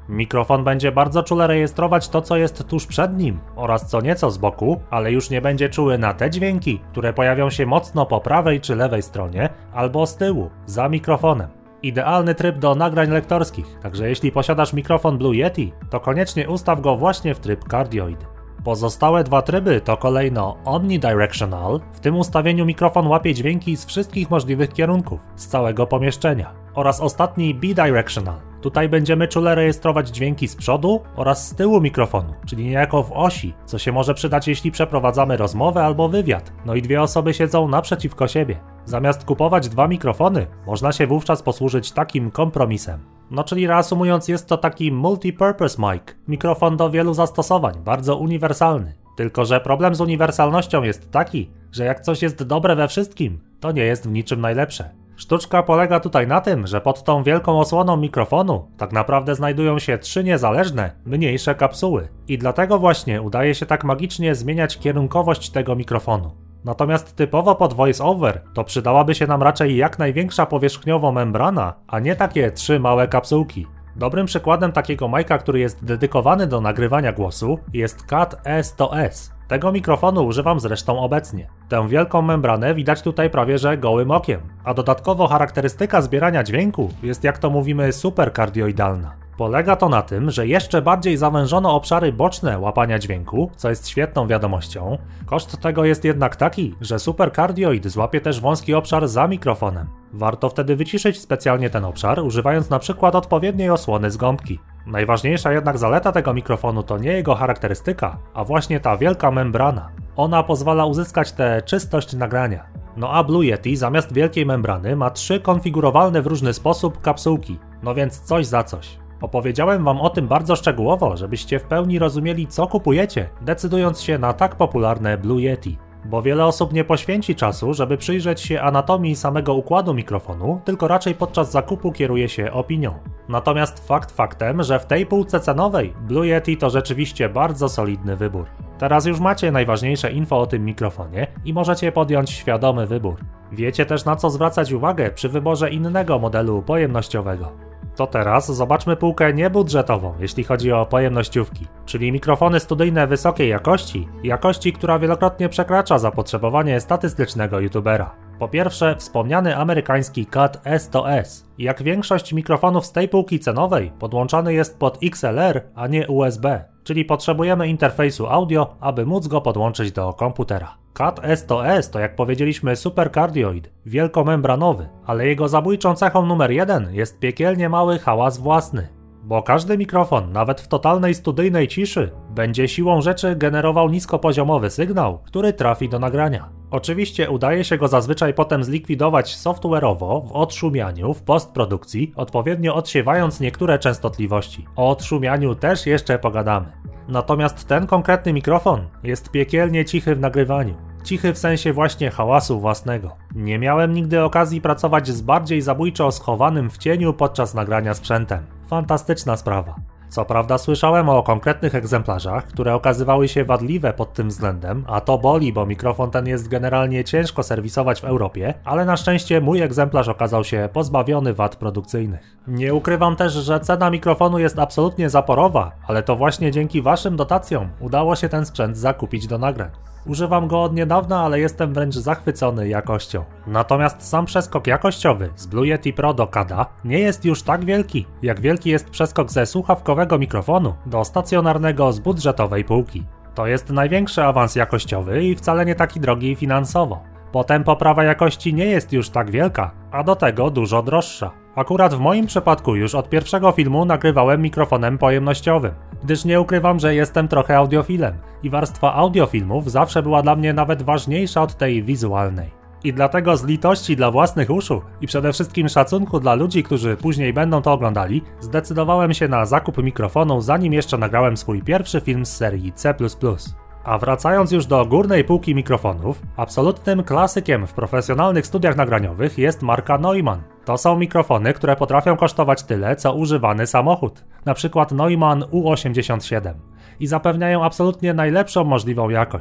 Mikrofon będzie bardzo czule rejestrować to, co jest tuż przed nim oraz co nieco z boku, ale już nie będzie czuły na te dźwięki, które pojawią się mocno po prawej czy lewej stronie, albo z tyłu, za mikrofonem. Idealny tryb do nagrań lektorskich, także jeśli posiadasz mikrofon Blue Yeti, to koniecznie ustaw go właśnie w tryb Cardioid. Pozostałe dwa tryby to kolejno Omnidirectional, w tym ustawieniu mikrofon łapie dźwięki z wszystkich możliwych kierunków, z całego pomieszczenia, oraz ostatni Bidirectional. Tutaj będziemy czule rejestrować dźwięki z przodu oraz z tyłu mikrofonu, czyli niejako w osi, co się może przydać, jeśli przeprowadzamy rozmowę albo wywiad, no i dwie osoby siedzą naprzeciwko siebie. Zamiast kupować dwa mikrofony, można się wówczas posłużyć takim kompromisem. No czyli reasumując, jest to taki multi-purpose mic, mikrofon do wielu zastosowań, bardzo uniwersalny. Tylko że problem z uniwersalnością jest taki, że jak coś jest dobre we wszystkim, to nie jest w niczym najlepsze. Sztuczka polega tutaj na tym, że pod tą wielką osłoną mikrofonu tak naprawdę znajdują się trzy niezależne, mniejsze kapsuły i dlatego właśnie udaje się tak magicznie zmieniać kierunkowość tego mikrofonu. Natomiast typowo pod voice-over to przydałaby się nam raczej jak największa powierzchniowo membrana, a nie takie trzy małe kapsułki. Dobrym przykładem takiego majka, który jest dedykowany do nagrywania głosu, jest Cat E sto S. Tego mikrofonu używam zresztą obecnie. Tę wielką membranę widać tutaj prawie że gołym okiem, a dodatkowo charakterystyka zbierania dźwięku jest, jak to mówimy, super kardioidalna. Polega to na tym, że jeszcze bardziej zawężono obszary boczne łapania dźwięku, co jest świetną wiadomością. Koszt tego jest jednak taki, że super kardioid złapie też wąski obszar za mikrofonem. Warto wtedy wyciszyć specjalnie ten obszar, używając na przykład odpowiedniej osłony z gąbki. Najważniejsza jednak zaleta tego mikrofonu to nie jego charakterystyka, a właśnie ta wielka membrana. Ona pozwala uzyskać tę czystość nagrania. No a Blue Yeti zamiast wielkiej membrany ma trzy konfigurowalne w różny sposób kapsułki, no więc coś za coś. Opowiedziałem wam o tym bardzo szczegółowo, żebyście w pełni rozumieli, co kupujecie, decydując się na tak popularne Blue Yeti. Bo wiele osób nie poświęci czasu, żeby przyjrzeć się anatomii samego układu mikrofonu, tylko raczej podczas zakupu kieruje się opinią. Natomiast fakt faktem, że w tej półce cenowej Blue Yeti to rzeczywiście bardzo solidny wybór. Teraz już macie najważniejsze info o tym mikrofonie i możecie podjąć świadomy wybór. Wiecie też, na co zwracać uwagę przy wyborze innego modelu pojemnościowego. To teraz zobaczmy półkę niebudżetową, jeśli chodzi o pojemnościówki, czyli mikrofony studyjne wysokiej jakości, jakości, która wielokrotnie przekracza zapotrzebowanie statystycznego youtubera. Po pierwsze, wspomniany amerykański Cat E sto S. Jak większość mikrofonów z tej półki cenowej, podłączany jest pod X L R, a nie U S B, czyli potrzebujemy interfejsu audio, aby móc go podłączyć do komputera. Cat E sto S to, jak powiedzieliśmy, super kardioid, wielkomembranowy, ale jego zabójczą cechą numer jeden jest piekielnie mały hałas własny. Bo każdy mikrofon, nawet w totalnej studyjnej ciszy, będzie siłą rzeczy generował niskopoziomowy sygnał, który trafi do nagrania. Oczywiście udaje się go zazwyczaj potem zlikwidować software'owo w odszumianiu, w postprodukcji, odpowiednio odsiewając niektóre częstotliwości. O odszumianiu też jeszcze pogadamy. Natomiast ten konkretny mikrofon jest piekielnie cichy w nagrywaniu. Cichy w sensie właśnie hałasu własnego. Nie miałem nigdy okazji pracować z bardziej zabójczo schowanym w cieniu podczas nagrania sprzętem. Fantastyczna sprawa. Co prawda słyszałem o konkretnych egzemplarzach, które okazywały się wadliwe pod tym względem, a to boli, bo mikrofon ten jest generalnie ciężko serwisować w Europie, ale na szczęście mój egzemplarz okazał się pozbawiony wad produkcyjnych. Nie ukrywam też, że cena mikrofonu jest absolutnie zaporowa, ale to właśnie dzięki waszym dotacjom udało się ten sprzęt zakupić do nagrań. Używam go od niedawna, ale jestem wręcz zachwycony jakością. Natomiast sam przeskok jakościowy z Blue Yeti Pro do Cada nie jest już tak wielki, jak wielki jest przeskok ze słuchawkowego mikrofonu do stacjonarnego z budżetowej półki. To jest największy awans jakościowy i wcale nie taki drogi finansowo. Potem poprawa jakości nie jest już tak wielka, a do tego dużo droższa. Akurat w moim przypadku już od pierwszego filmu nagrywałem mikrofonem pojemnościowym, gdyż nie ukrywam, że jestem trochę audiofilem i warstwa audiofilmów zawsze była dla mnie nawet ważniejsza od tej wizualnej. I dlatego z litości dla własnych uszu i przede wszystkim szacunku dla ludzi, którzy później będą to oglądali, zdecydowałem się na zakup mikrofonu, zanim jeszcze nagrałem swój pierwszy film z serii C plus plus. A wracając już do górnej półki mikrofonów, absolutnym klasykiem w profesjonalnych studiach nagraniowych jest marka Neumann. To są mikrofony, które potrafią kosztować tyle, co używany samochód, na przykład Neumann U osiemdziesiąt siedem, i zapewniają absolutnie najlepszą możliwą jakość.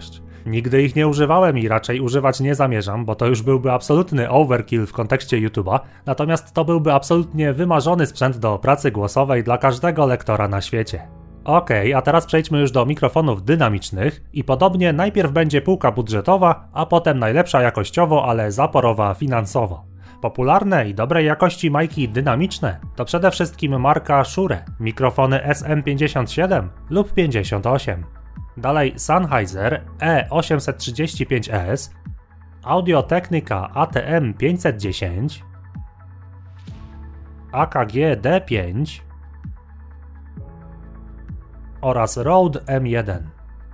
Nigdy ich nie używałem i raczej używać nie zamierzam, bo to już byłby absolutny overkill w kontekście YouTube'a, natomiast to byłby absolutnie wymarzony sprzęt do pracy głosowej dla każdego lektora na świecie. Okej, a teraz przejdźmy już do mikrofonów dynamicznych i podobnie najpierw będzie półka budżetowa, a potem najlepsza jakościowo, ale zaporowa finansowo. Popularne i dobrej jakości majki dynamiczne to przede wszystkim marka Shure, mikrofony S M pięćdziesiąt siedem lub pięćdziesiąt osiem. Dalej Sennheiser E osiemset trzydzieści pięć S, Audio-Technica A T M pięćset dziesięć, A K G D pięć oraz Rode M jeden.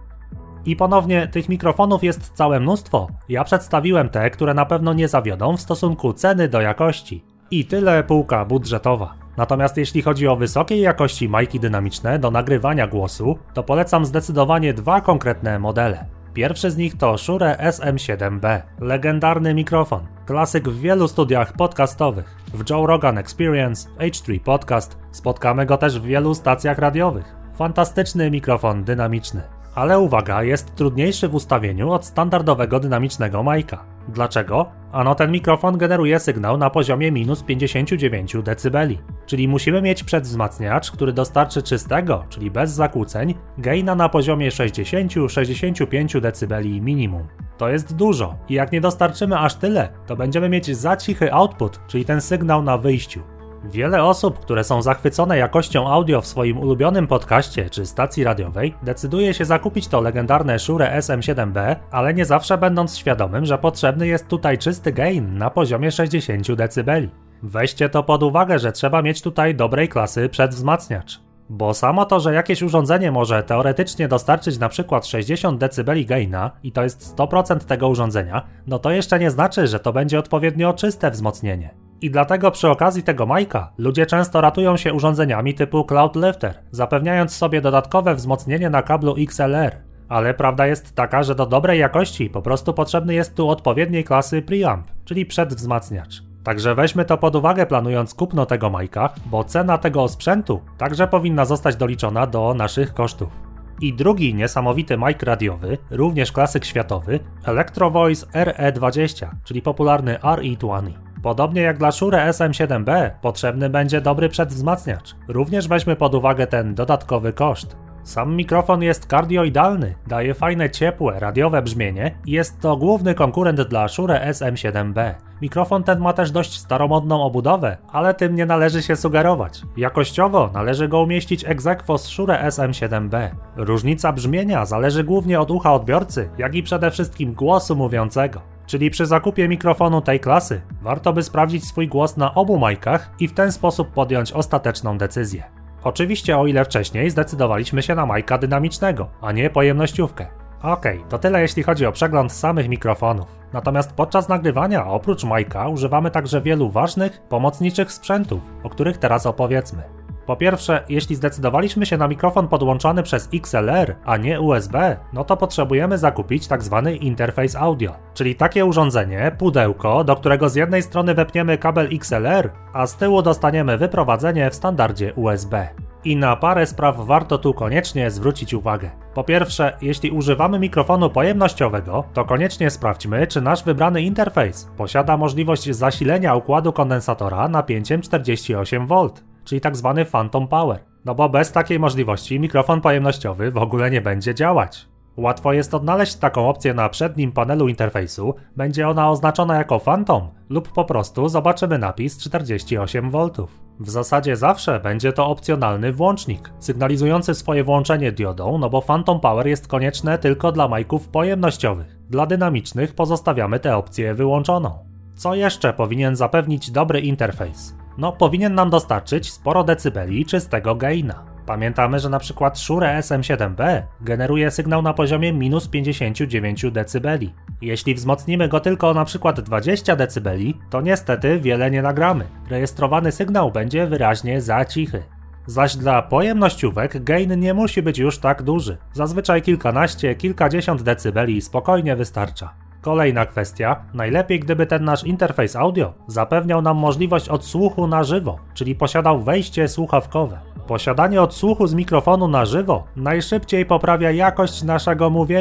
I ponownie tych mikrofonów jest całe mnóstwo. Ja przedstawiłem te, które na pewno nie zawiodą w stosunku ceny do jakości. I tyle półka budżetowa. Natomiast jeśli chodzi o wysokiej jakości majki dynamiczne do nagrywania głosu, to polecam zdecydowanie dwa konkretne modele. Pierwszy z nich to Shure S M siedem B, legendarny mikrofon, klasyk w wielu studiach podcastowych. W Joe Rogan Experience, H trzy Podcast, spotkamy go też w wielu stacjach radiowych. Fantastyczny mikrofon dynamiczny. Ale uwaga, jest trudniejszy w ustawieniu od standardowego dynamicznego majka. Dlaczego? Ano ten mikrofon generuje sygnał na poziomie minus pięćdziesiąt dziewięć decybeli, czyli musimy mieć przedwzmacniacz, który dostarczy czystego, czyli bez zakłóceń, gaina na poziomie sześćdziesiąt do sześćdziesięciu pięciu decybeli minimum. To jest dużo i jak nie dostarczymy aż tyle, to będziemy mieć za cichy output, czyli ten sygnał na wyjściu. Wiele osób, które są zachwycone jakością audio w swoim ulubionym podcaście czy stacji radiowej, decyduje się zakupić to legendarne Shure S M siedem B, ale nie zawsze będąc świadomym, że potrzebny jest tutaj czysty gain na poziomie sześćdziesiąt decybeli. Weźcie to pod uwagę, że trzeba mieć tutaj dobrej klasy przedwzmacniacz. Bo samo to, że jakieś urządzenie może teoretycznie dostarczyć na przykład sześćdziesiąt decybeli gaina i to jest sto procent tego urządzenia, no to jeszcze nie znaczy, że to będzie odpowiednio czyste wzmocnienie. I dlatego przy okazji tego majka ludzie często ratują się urządzeniami typu Cloudlifter, zapewniając sobie dodatkowe wzmocnienie na kablu X L R. Ale prawda jest taka, że do dobrej jakości po prostu potrzebny jest tu odpowiedniej klasy preamp, czyli przedwzmacniacz. Także weźmy to pod uwagę planując kupno tego majka, bo cena tego sprzętu także powinna zostać doliczona do naszych kosztów. I drugi niesamowity mic radiowy, również klasyk światowy, Electro Voice R E dwadzieścia, czyli popularny R E dwadzieścia. Podobnie jak dla Shure S M siedem B, potrzebny będzie dobry przedwzmacniacz. Również weźmy pod uwagę ten dodatkowy koszt. Sam mikrofon jest kardioidalny, daje fajne, ciepłe, radiowe brzmienie i jest to główny konkurent dla Shure S M siedem B. Mikrofon ten ma też dość staromodną obudowę, ale tym nie należy się sugerować. Jakościowo należy go umieścić ex aequo z Shure S M siedem B. Różnica brzmienia zależy głównie od ucha odbiorcy, jak i przede wszystkim głosu mówiącego. Czyli przy zakupie mikrofonu tej klasy warto by sprawdzić swój głos na obu majkach i w ten sposób podjąć ostateczną decyzję. Oczywiście o ile wcześniej zdecydowaliśmy się na majka dynamicznego, a nie pojemnościówkę. Okej, okay, to tyle jeśli chodzi o przegląd samych mikrofonów. Natomiast podczas nagrywania oprócz majka używamy także wielu ważnych, pomocniczych sprzętów, o których teraz opowiedzmy. Po pierwsze, jeśli zdecydowaliśmy się na mikrofon podłączony przez X L R, a nie U S B, no to potrzebujemy zakupić tzw. interfejs audio, czyli takie urządzenie, pudełko, do którego z jednej strony wepniemy kabel X L R, a z tyłu dostaniemy wyprowadzenie w standardzie U S B. I na parę spraw warto tu koniecznie zwrócić uwagę. Po pierwsze, jeśli używamy mikrofonu pojemnościowego, to koniecznie sprawdźmy, czy nasz wybrany interfejs posiada możliwość zasilenia układu kondensatora napięciem czterdzieści osiem wolt. Czyli tak zwany phantom power. No bo bez takiej możliwości mikrofon pojemnościowy w ogóle nie będzie działać. Łatwo jest odnaleźć taką opcję na przednim panelu interfejsu, będzie ona oznaczona jako phantom lub po prostu zobaczymy napis czterdzieści osiem woltów. W zasadzie zawsze będzie to opcjonalny włącznik, sygnalizujący swoje włączenie diodą, no bo phantom power jest konieczne tylko dla majków pojemnościowych. Dla dynamicznych pozostawiamy tę opcję wyłączoną. Co jeszcze powinien zapewnić dobry interfejs? No, powinien nam dostarczyć sporo decybeli czystego gaina. Pamiętamy, że na przykład Shure S M siedem B generuje sygnał na poziomie minus pięćdziesiąt dziewięć decybeli. Jeśli wzmocnimy go tylko o na przykład dwadzieścia decybeli, to niestety wiele nie nagramy. Rejestrowany sygnał będzie wyraźnie za cichy. Zaś dla pojemnościówek gain nie musi być już tak duży. Zazwyczaj kilkanaście, kilkadziesiąt decybeli spokojnie wystarcza. Kolejna kwestia, najlepiej gdyby ten nasz interfejs audio zapewniał nam możliwość odsłuchu na żywo, czyli posiadał wejście słuchawkowe. Posiadanie odsłuchu z mikrofonu na żywo najszybciej poprawia jakość naszego mówienia.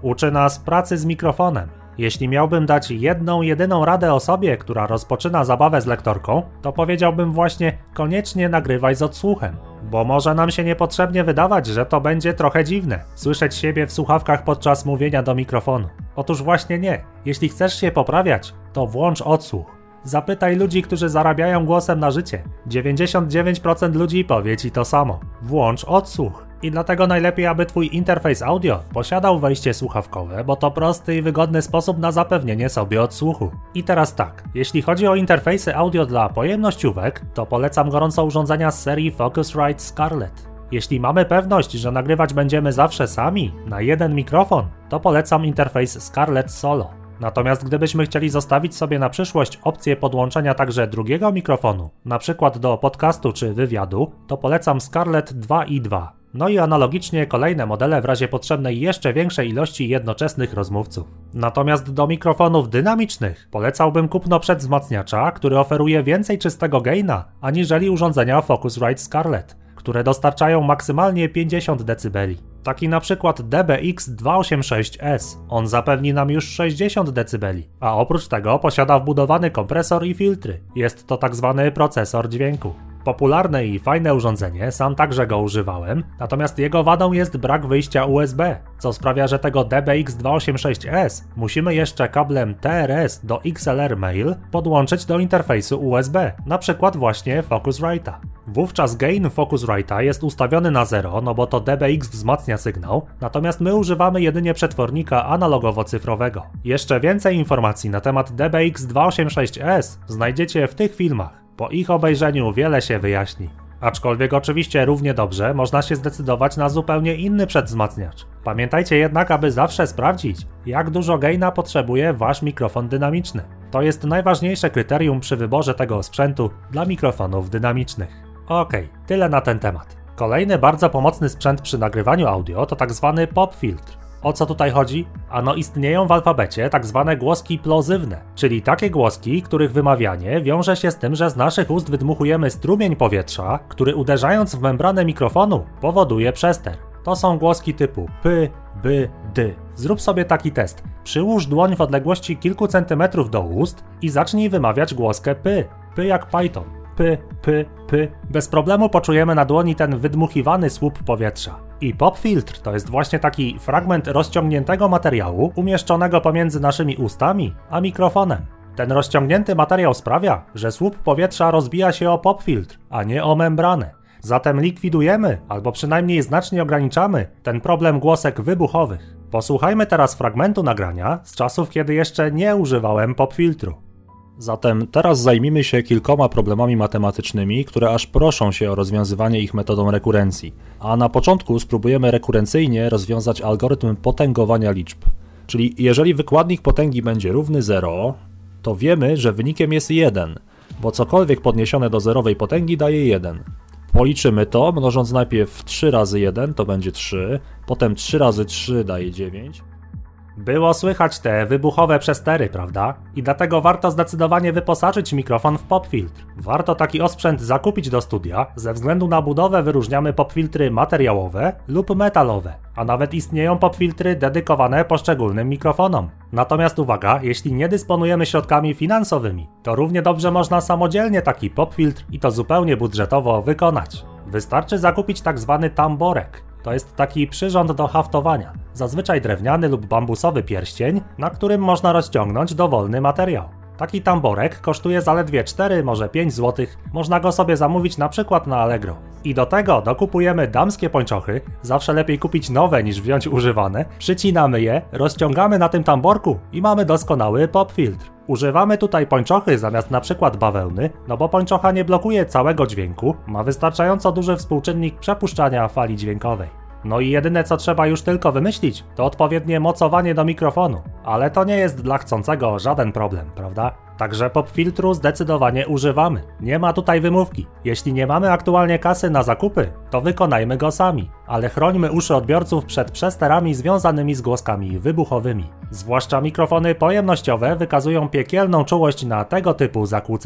Uczy nas pracy z mikrofonem. Jeśli miałbym dać jedną, jedyną radę osobie, która rozpoczyna zabawę z lektorką, to powiedziałbym właśnie koniecznie nagrywaj z odsłuchem. Bo może nam się niepotrzebnie wydawać, że to będzie trochę dziwne, słyszeć siebie w słuchawkach podczas mówienia do mikrofonu. Otóż właśnie nie. Jeśli chcesz się poprawiać, to włącz odsłuch. Zapytaj ludzi, którzy zarabiają głosem na życie. dziewięćdziesiąt dziewięć procent ludzi powie ci to samo. Włącz odsłuch. I dlatego najlepiej, aby twój interfejs audio posiadał wejście słuchawkowe, bo to prosty i wygodny sposób na zapewnienie sobie odsłuchu. I teraz tak, jeśli chodzi o interfejsy audio dla pojemnościówek, to polecam gorąco urządzenia z serii Focusrite Scarlett. Jeśli mamy pewność, że nagrywać będziemy zawsze sami, na jeden mikrofon, to polecam interfejs Scarlett Solo. Natomiast gdybyśmy chcieli zostawić sobie na przyszłość opcję podłączenia także drugiego mikrofonu, na przykład do podcastu czy wywiadu, to polecam Scarlett dwa i dwa. No i analogicznie kolejne modele w razie potrzebnej jeszcze większej ilości jednoczesnych rozmówców. Natomiast do mikrofonów dynamicznych polecałbym kupno przedwzmacniacza, który oferuje więcej czystego gaina, aniżeli urządzenia Focusrite Scarlett, które dostarczają maksymalnie pięćdziesiąt decybeli. Taki na przykład D B X dwieście osiemdziesiąt sześć S. On zapewni nam już sześćdziesiąt decybeli, a oprócz tego posiada wbudowany kompresor i filtry. Jest to tak zwany procesor dźwięku. Popularne i fajne urządzenie, sam także go używałem, natomiast jego wadą jest brak wyjścia U S B, co sprawia, że tego D B X dwieście osiemdziesiąt sześć S musimy jeszcze kablem T R S do X L R Mail podłączyć do interfejsu U S B, na przykład właśnie Focusrite'a. Wówczas gain Focusrite'a jest ustawiony na zero, no bo to D B X wzmacnia sygnał, natomiast my używamy jedynie przetwornika analogowo-cyfrowego. Jeszcze więcej informacji na temat D B X dwieście osiemdziesiąt sześć S znajdziecie w tych filmach. Po ich obejrzeniu wiele się wyjaśni. Aczkolwiek oczywiście równie dobrze można się zdecydować na zupełnie inny przedwzmacniacz. Pamiętajcie jednak, aby zawsze sprawdzić, jak dużo gaina potrzebuje wasz mikrofon dynamiczny. To jest najważniejsze kryterium przy wyborze tego sprzętu dla mikrofonów dynamicznych. Okej, tyle na ten temat. Kolejny bardzo pomocny sprzęt przy nagrywaniu audio to tak zwany pop filtr. O co tutaj chodzi? Ano istnieją w alfabecie tak zwane głoski plozywne, czyli takie głoski, których wymawianie wiąże się z tym, że z naszych ust wydmuchujemy strumień powietrza, który uderzając w membranę mikrofonu powoduje przester. To są głoski typu p, b, d. Zrób sobie taki test. Przyłóż dłoń w odległości kilku centymetrów do ust i zacznij wymawiać głoskę p. P jak Python. P, p, p. Bez problemu poczujemy na dłoni ten wydmuchiwany słup powietrza. I pop filtr to jest właśnie taki fragment rozciągniętego materiału umieszczonego pomiędzy naszymi ustami a mikrofonem. Ten rozciągnięty materiał sprawia, że słup powietrza rozbija się o pop filtr, a nie o membranę. Zatem likwidujemy, albo przynajmniej znacznie ograniczamy ten problem głosek wybuchowych. Posłuchajmy teraz fragmentu nagrania z czasów, kiedy jeszcze nie używałem pop filtru. Zatem teraz zajmijmy się kilkoma problemami matematycznymi, które aż proszą się o rozwiązywanie ich metodą rekurencji. A na początku spróbujemy rekurencyjnie rozwiązać algorytm potęgowania liczb. Czyli jeżeli wykładnik potęgi będzie równy zero, to wiemy, że wynikiem jest jeden, bo cokolwiek podniesione do zerowej potęgi daje jeden. Policzymy to, mnożąc najpierw trzy razy jeden to będzie trzy, potem trzy razy trzy daje dziewięć. Było słychać te wybuchowe przestery, prawda? I dlatego warto zdecydowanie wyposażyć mikrofon w pop filtr. Warto taki osprzęt zakupić do studia, ze względu na budowę wyróżniamy pop filtry materiałowe lub metalowe, a nawet istnieją pop filtry dedykowane poszczególnym mikrofonom. Natomiast uwaga, jeśli nie dysponujemy środkami finansowymi, to równie dobrze można samodzielnie taki pop filtr i to zupełnie budżetowo wykonać. Wystarczy zakupić tak zwany tamborek. To jest taki przyrząd do haftowania, zazwyczaj drewniany lub bambusowy pierścień, na którym można rozciągnąć dowolny materiał. Taki tamborek kosztuje zaledwie cztery, może pięć złotych, można go sobie zamówić na przykład na Allegro. I do tego dokupujemy damskie pończochy, zawsze lepiej kupić nowe niż wziąć używane, przycinamy je, rozciągamy na tym tamborku i mamy doskonały pop filtr. Używamy tutaj pończochy zamiast na przykład bawełny, no bo pończocha nie blokuje całego dźwięku, ma wystarczająco duży współczynnik przepuszczania fali dźwiękowej. No i jedyne co trzeba już tylko wymyślić, to odpowiednie mocowanie do mikrofonu, ale to nie jest dla chcącego żaden problem, prawda? Także pop filtru zdecydowanie używamy. Nie ma tutaj wymówki. Jeśli nie mamy aktualnie kasy na zakupy, to wykonajmy go sami, ale chrońmy uszy odbiorców przed przesterami związanymi z głoskami wybuchowymi. Zwłaszcza mikrofony pojemnościowe wykazują piekielną czułość na tego typu zakłócenia.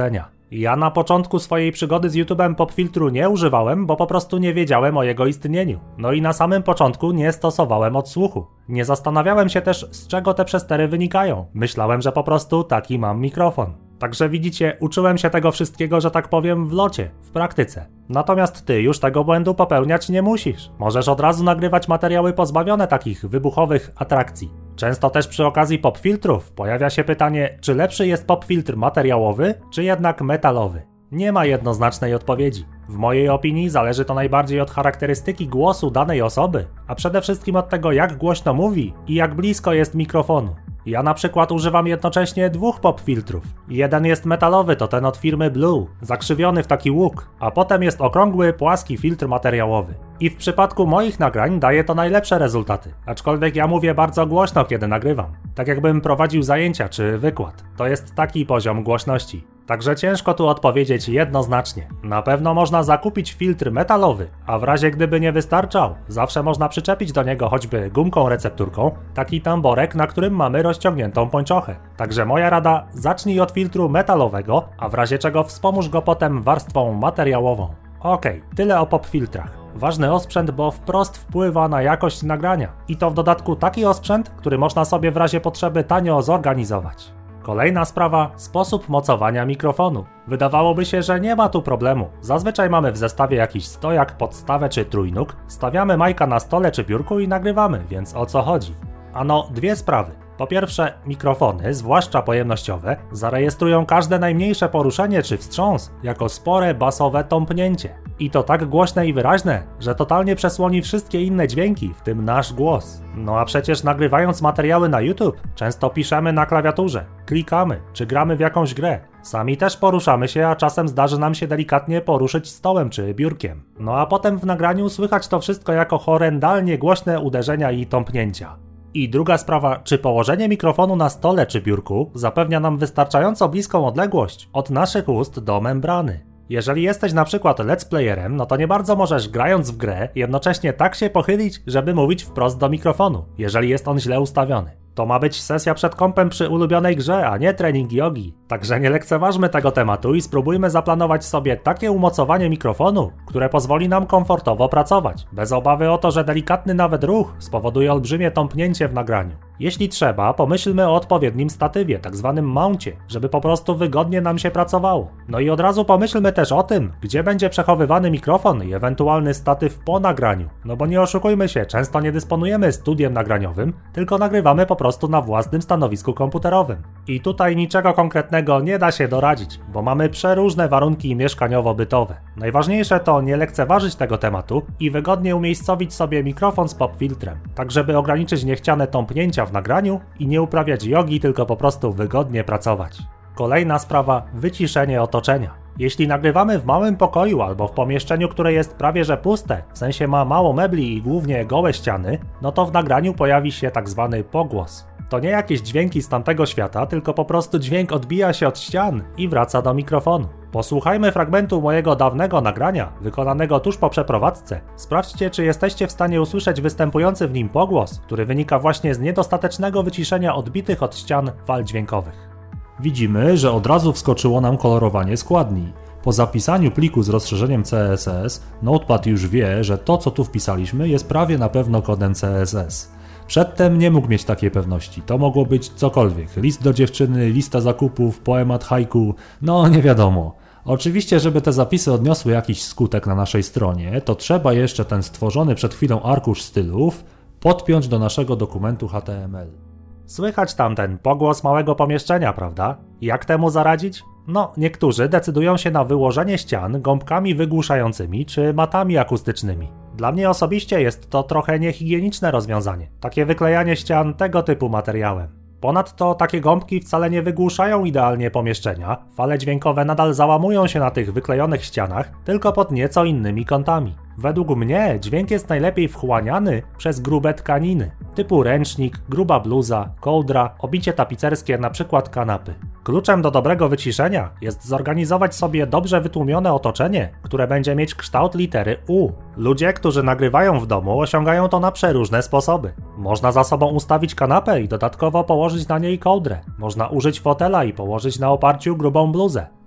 Ja na początku swojej przygody z YouTube'em popfiltru nie używałem, bo po prostu nie wiedziałem o jego istnieniu. No i na samym początku nie stosowałem odsłuchu. Nie zastanawiałem się też, z czego te przestery wynikają. Myślałem, że po prostu taki mam mikrofon. Także widzicie, uczyłem się tego wszystkiego, że tak powiem, w locie, w praktyce. Natomiast ty już tego błędu popełniać nie musisz. Możesz od razu nagrywać materiały pozbawione takich wybuchowych atrakcji. Często też przy okazji popfiltrów pojawia się pytanie, czy lepszy jest popfiltr materiałowy, czy jednak metalowy. Nie ma jednoznacznej odpowiedzi. W mojej opinii zależy to najbardziej od charakterystyki głosu danej osoby, a przede wszystkim od tego, jak głośno mówi i jak blisko jest mikrofonu. Ja na przykład używam jednocześnie dwóch popfiltrów. Jeden jest metalowy, to ten od firmy Blue, zakrzywiony w taki łuk, a potem jest okrągły, płaski filtr materiałowy. I w przypadku moich nagrań daje to najlepsze rezultaty, aczkolwiek ja mówię bardzo głośno, kiedy nagrywam. Tak jakbym prowadził zajęcia czy wykład. To jest taki poziom głośności. Także ciężko tu odpowiedzieć jednoznacznie. Na pewno można zakupić filtr metalowy, a w razie gdyby nie wystarczał, zawsze można przyczepić do niego choćby gumką recepturką taki tamborek, na którym mamy rozciągniętą pończochę. Także moja rada, zacznij od filtru metalowego, a w razie czego wspomóż go potem warstwą materiałową. Okej, tyle o popfiltrach. Ważny osprzęt, bo wprost wpływa na jakość nagrania. I to w dodatku taki osprzęt, który można sobie w razie potrzeby tanio zorganizować. Kolejna sprawa, sposób mocowania mikrofonu. Wydawałoby się, że nie ma tu problemu. Zazwyczaj mamy w zestawie jakiś stojak, podstawę czy trójnóg, stawiamy majka na stole czy biurku i nagrywamy, więc o co chodzi? Ano, dwie sprawy. Po pierwsze, mikrofony, zwłaszcza pojemnościowe, zarejestrują każde najmniejsze poruszenie czy wstrząs jako spore basowe tąpnięcie. I to tak głośne i wyraźne, że totalnie przesłoni wszystkie inne dźwięki, w tym nasz głos. No a przecież nagrywając materiały na YouTube, często piszemy na klawiaturze, klikamy, czy gramy w jakąś grę. Sami też poruszamy się, a czasem zdarzy nam się delikatnie poruszyć stołem czy biurkiem. No a potem w nagraniu słychać to wszystko jako horrendalnie głośne uderzenia i tąpnięcia. I druga sprawa, czy położenie mikrofonu na stole czy biurku zapewnia nam wystarczająco bliską odległość od naszych ust do membrany. Jeżeli jesteś na przykład let's playerem, no to nie bardzo możesz, grając w grę, jednocześnie tak się pochylić, żeby mówić wprost do mikrofonu, jeżeli jest on źle ustawiony. To ma być sesja przed kompem przy ulubionej grze, a nie trening jogi. Także nie lekceważmy tego tematu i spróbujmy zaplanować sobie takie umocowanie mikrofonu, które pozwoli nam komfortowo pracować, bez obawy o to, że delikatny nawet ruch spowoduje olbrzymie tąpnięcie w nagraniu. Jeśli trzeba, pomyślmy o odpowiednim statywie, tak zwanym mouncie, żeby po prostu wygodnie nam się pracowało. No i od razu pomyślmy też o tym, gdzie będzie przechowywany mikrofon i ewentualny statyw po nagraniu. No bo nie oszukujmy się, często nie dysponujemy studiem nagraniowym, tylko nagrywamy po prostu na własnym stanowisku komputerowym. I tutaj niczego konkretnego nie da się doradzić, bo mamy przeróżne warunki mieszkaniowo-bytowe. Najważniejsze to nie lekceważyć tego tematu i wygodnie umiejscowić sobie mikrofon z popfiltrem, tak żeby ograniczyć niechciane tąpnięcia w nagraniu i nie uprawiać jogi, tylko po prostu wygodnie pracować. Kolejna sprawa, wyciszenie otoczenia. Jeśli nagrywamy w małym pokoju albo w pomieszczeniu, które jest prawie że puste, w sensie ma mało mebli i głównie gołe ściany, no to w nagraniu pojawi się tak zwany pogłos. To nie jakieś dźwięki z tamtego świata, tylko po prostu dźwięk odbija się od ścian i wraca do mikrofonu. Posłuchajmy fragmentu mojego dawnego nagrania, wykonanego tuż po przeprowadzce. Sprawdźcie, czy jesteście w stanie usłyszeć występujący w nim pogłos, który wynika właśnie z niedostatecznego wyciszenia odbitych od ścian fal dźwiękowych. Widzimy, że od razu wskoczyło nam kolorowanie składni. Po zapisaniu pliku z rozszerzeniem C S S, Notepad już wie, że to, co tu wpisaliśmy, jest prawie na pewno kodem C S S. Przedtem nie mógł mieć takiej pewności, to mogło być cokolwiek, list do dziewczyny, lista zakupów, poemat haiku, no nie wiadomo. Oczywiście, żeby te zapisy odniosły jakiś skutek na naszej stronie, to trzeba jeszcze ten stworzony przed chwilą arkusz stylów podpiąć do naszego dokumentu H T M L. Słychać tam ten pogłos małego pomieszczenia, prawda? Jak temu zaradzić? No, niektórzy decydują się na wyłożenie ścian gąbkami wygłuszającymi czy matami akustycznymi. Dla mnie osobiście jest to trochę niehigieniczne rozwiązanie, takie wyklejanie ścian tego typu materiałem. Ponadto takie gąbki wcale nie wygłuszają idealnie pomieszczenia, fale dźwiękowe nadal załamują się na tych wyklejonych ścianach, tylko pod nieco innymi kątami. Według mnie dźwięk jest najlepiej wchłaniany przez grube tkaniny, typu ręcznik, gruba bluza, kołdra, obicie tapicerskie, np. kanapy. Kluczem do dobrego wyciszenia jest zorganizować sobie dobrze wytłumione otoczenie, które będzie mieć kształt litery U. Ludzie, którzy nagrywają w domu, osiągają to na przeróżne sposoby. Można za sobą ustawić kanapę i dodatkowo położyć na niej kołdrę. Można użyć fotela i położyć na oparciu grubą bluzę.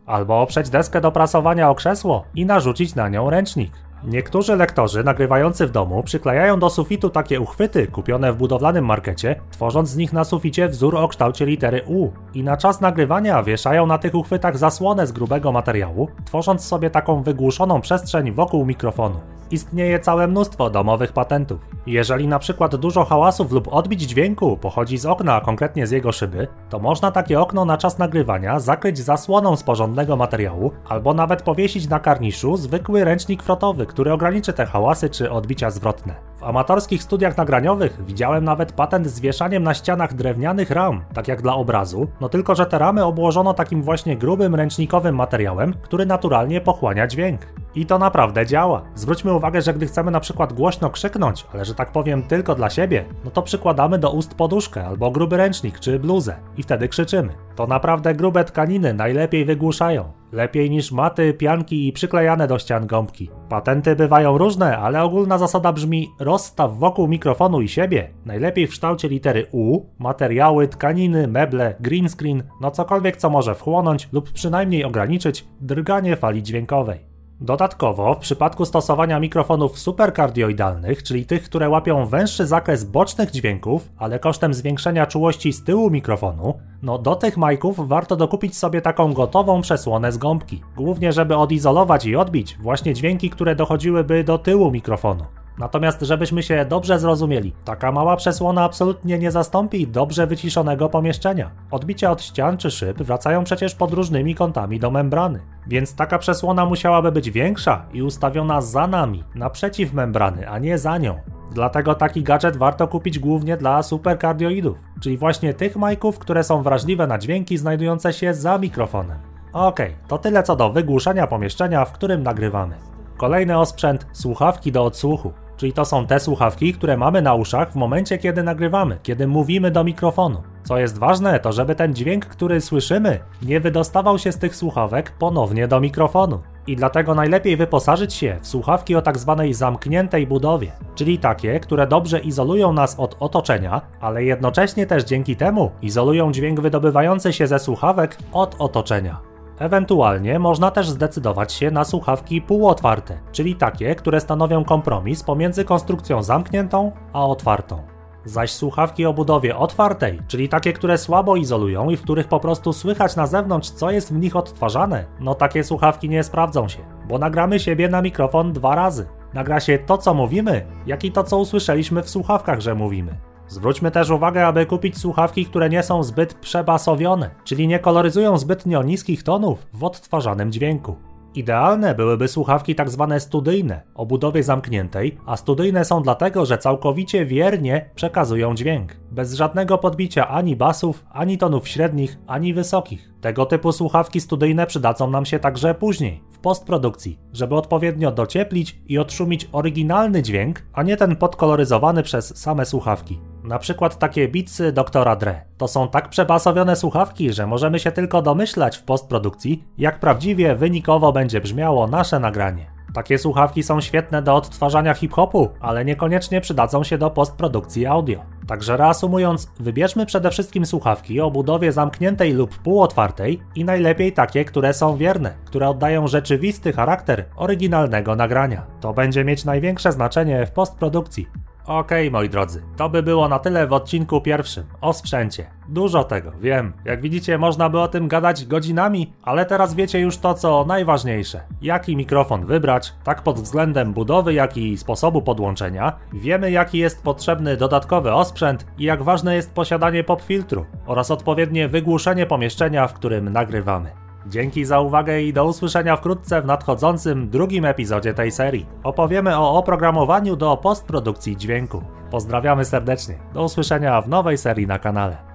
albo oprzeć deskę do prasowania o krzesło i narzucić na nią ręcznik. Niektórzy lektorzy nagrywający w domu przyklejają do sufitu takie uchwyty kupione w budowlanym markecie, tworząc z nich na suficie wzór o kształcie litery U i na czas nagrywania wieszają na tych uchwytach zasłonę z grubego materiału, tworząc sobie taką wygłuszoną przestrzeń wokół mikrofonu. Istnieje całe mnóstwo domowych patentów. Jeżeli na przykład dużo hałasów lub odbić dźwięku pochodzi z okna, a konkretnie z jego szyby, to można takie okno na czas nagrywania zakryć zasłoną z porządnego materiału, albo nawet powiesić na karniszu zwykły ręcznik frotowy, który ograniczy te hałasy czy odbicia zwrotne. W amatorskich studiach nagraniowych widziałem nawet patent z wieszaniem na ścianach drewnianych ram, tak jak dla obrazu, no tylko że te ramy obłożono takim właśnie grubym ręcznikowym materiałem, który naturalnie pochłania dźwięk. I to naprawdę działa. Zwróćmy uwagę, że gdy chcemy na przykład głośno krzyknąć, ale że tak powiem tylko dla siebie, no to przykładamy do ust poduszkę albo gruby ręcznik czy bluzę i wtedy krzyczymy. To naprawdę grube tkaniny najlepiej wygłuszają. Lepiej niż maty, pianki i przyklejane do ścian gąbki. Patenty bywają różne, ale ogólna zasada brzmi: rozstaw wokół mikrofonu i siebie, najlepiej w kształcie litery U, materiały, tkaniny, meble, green screen, no cokolwiek co może wchłonąć lub przynajmniej ograniczyć drganie fali dźwiękowej. Dodatkowo, w przypadku stosowania mikrofonów superkardioidalnych, czyli tych, które łapią węższy zakres bocznych dźwięków, ale kosztem zwiększenia czułości z tyłu mikrofonu, no do tych majków warto dokupić sobie taką gotową przesłonę z gąbki, głównie żeby odizolować i odbić właśnie dźwięki, które dochodziłyby do tyłu mikrofonu. Natomiast żebyśmy się dobrze zrozumieli, taka mała przesłona absolutnie nie zastąpi dobrze wyciszonego pomieszczenia. Odbicia od ścian czy szyb wracają przecież pod różnymi kątami do membrany. Więc taka przesłona musiałaby być większa i ustawiona za nami, naprzeciw membrany, a nie za nią. Dlatego taki gadżet warto kupić głównie dla superkardioidów, czyli właśnie tych majków, które są wrażliwe na dźwięki znajdujące się za mikrofonem. Okej, to tyle co do wygłuszenia pomieszczenia, w którym nagrywamy. Kolejny osprzęt – słuchawki do odsłuchu. Czyli to są te słuchawki, które mamy na uszach w momencie, kiedy nagrywamy, kiedy mówimy do mikrofonu. Co jest ważne, to żeby ten dźwięk, który słyszymy, nie wydostawał się z tych słuchawek ponownie do mikrofonu. I dlatego najlepiej wyposażyć się w słuchawki o tak zwanej zamkniętej budowie, czyli takie, które dobrze izolują nas od otoczenia, ale jednocześnie też dzięki temu izolują dźwięk wydobywający się ze słuchawek od otoczenia. Ewentualnie można też zdecydować się na słuchawki półotwarte, czyli takie, które stanowią kompromis pomiędzy konstrukcją zamkniętą a otwartą. Zaś słuchawki o budowie otwartej, czyli takie, które słabo izolują i w których po prostu słychać na zewnątrz, co jest w nich odtwarzane, no takie słuchawki nie sprawdzą się, bo nagramy siebie na mikrofon dwa razy. Nagra się to, co mówimy, jak i to, co usłyszeliśmy w słuchawkach, że mówimy. Zwróćmy też uwagę, aby kupić słuchawki, które nie są zbyt przebasowione, czyli nie koloryzują zbytnio niskich tonów w odtwarzanym dźwięku. Idealne byłyby słuchawki tak zwane studyjne, o budowie zamkniętej, a studyjne są dlatego, że całkowicie wiernie przekazują dźwięk, bez żadnego podbicia ani basów, ani tonów średnich, ani wysokich. Tego typu słuchawki studyjne przydadzą nam się także później, w postprodukcji, żeby odpowiednio docieplić i odszumić oryginalny dźwięk, a nie ten podkoloryzowany przez same słuchawki. Na przykład takie Beatsy doktora Dre. To są tak przebasowione słuchawki, że możemy się tylko domyślać w postprodukcji, jak prawdziwie wynikowo będzie brzmiało nasze nagranie. Takie słuchawki są świetne do odtwarzania hip-hopu, ale niekoniecznie przydadzą się do postprodukcji audio. Także reasumując, wybierzmy przede wszystkim słuchawki o budowie zamkniętej lub półotwartej i najlepiej takie, które są wierne, które oddają rzeczywisty charakter oryginalnego nagrania. To będzie mieć największe znaczenie w postprodukcji. Okej, okay, moi drodzy, to by było na tyle w odcinku pierwszym, o sprzęcie. Dużo tego, wiem. Jak widzicie, można by o tym gadać godzinami, ale teraz wiecie już to, co najważniejsze. Jaki mikrofon wybrać, tak pod względem budowy, jak i sposobu podłączenia. Wiemy, jaki jest potrzebny dodatkowy osprzęt i jak ważne jest posiadanie pop-filtru oraz odpowiednie wygłuszenie pomieszczenia, w którym nagrywamy. Dzięki za uwagę i do usłyszenia wkrótce w nadchodzącym drugim epizodzie tej serii. Opowiemy o oprogramowaniu do postprodukcji dźwięku. Pozdrawiamy serdecznie. Do usłyszenia w nowej serii na kanale.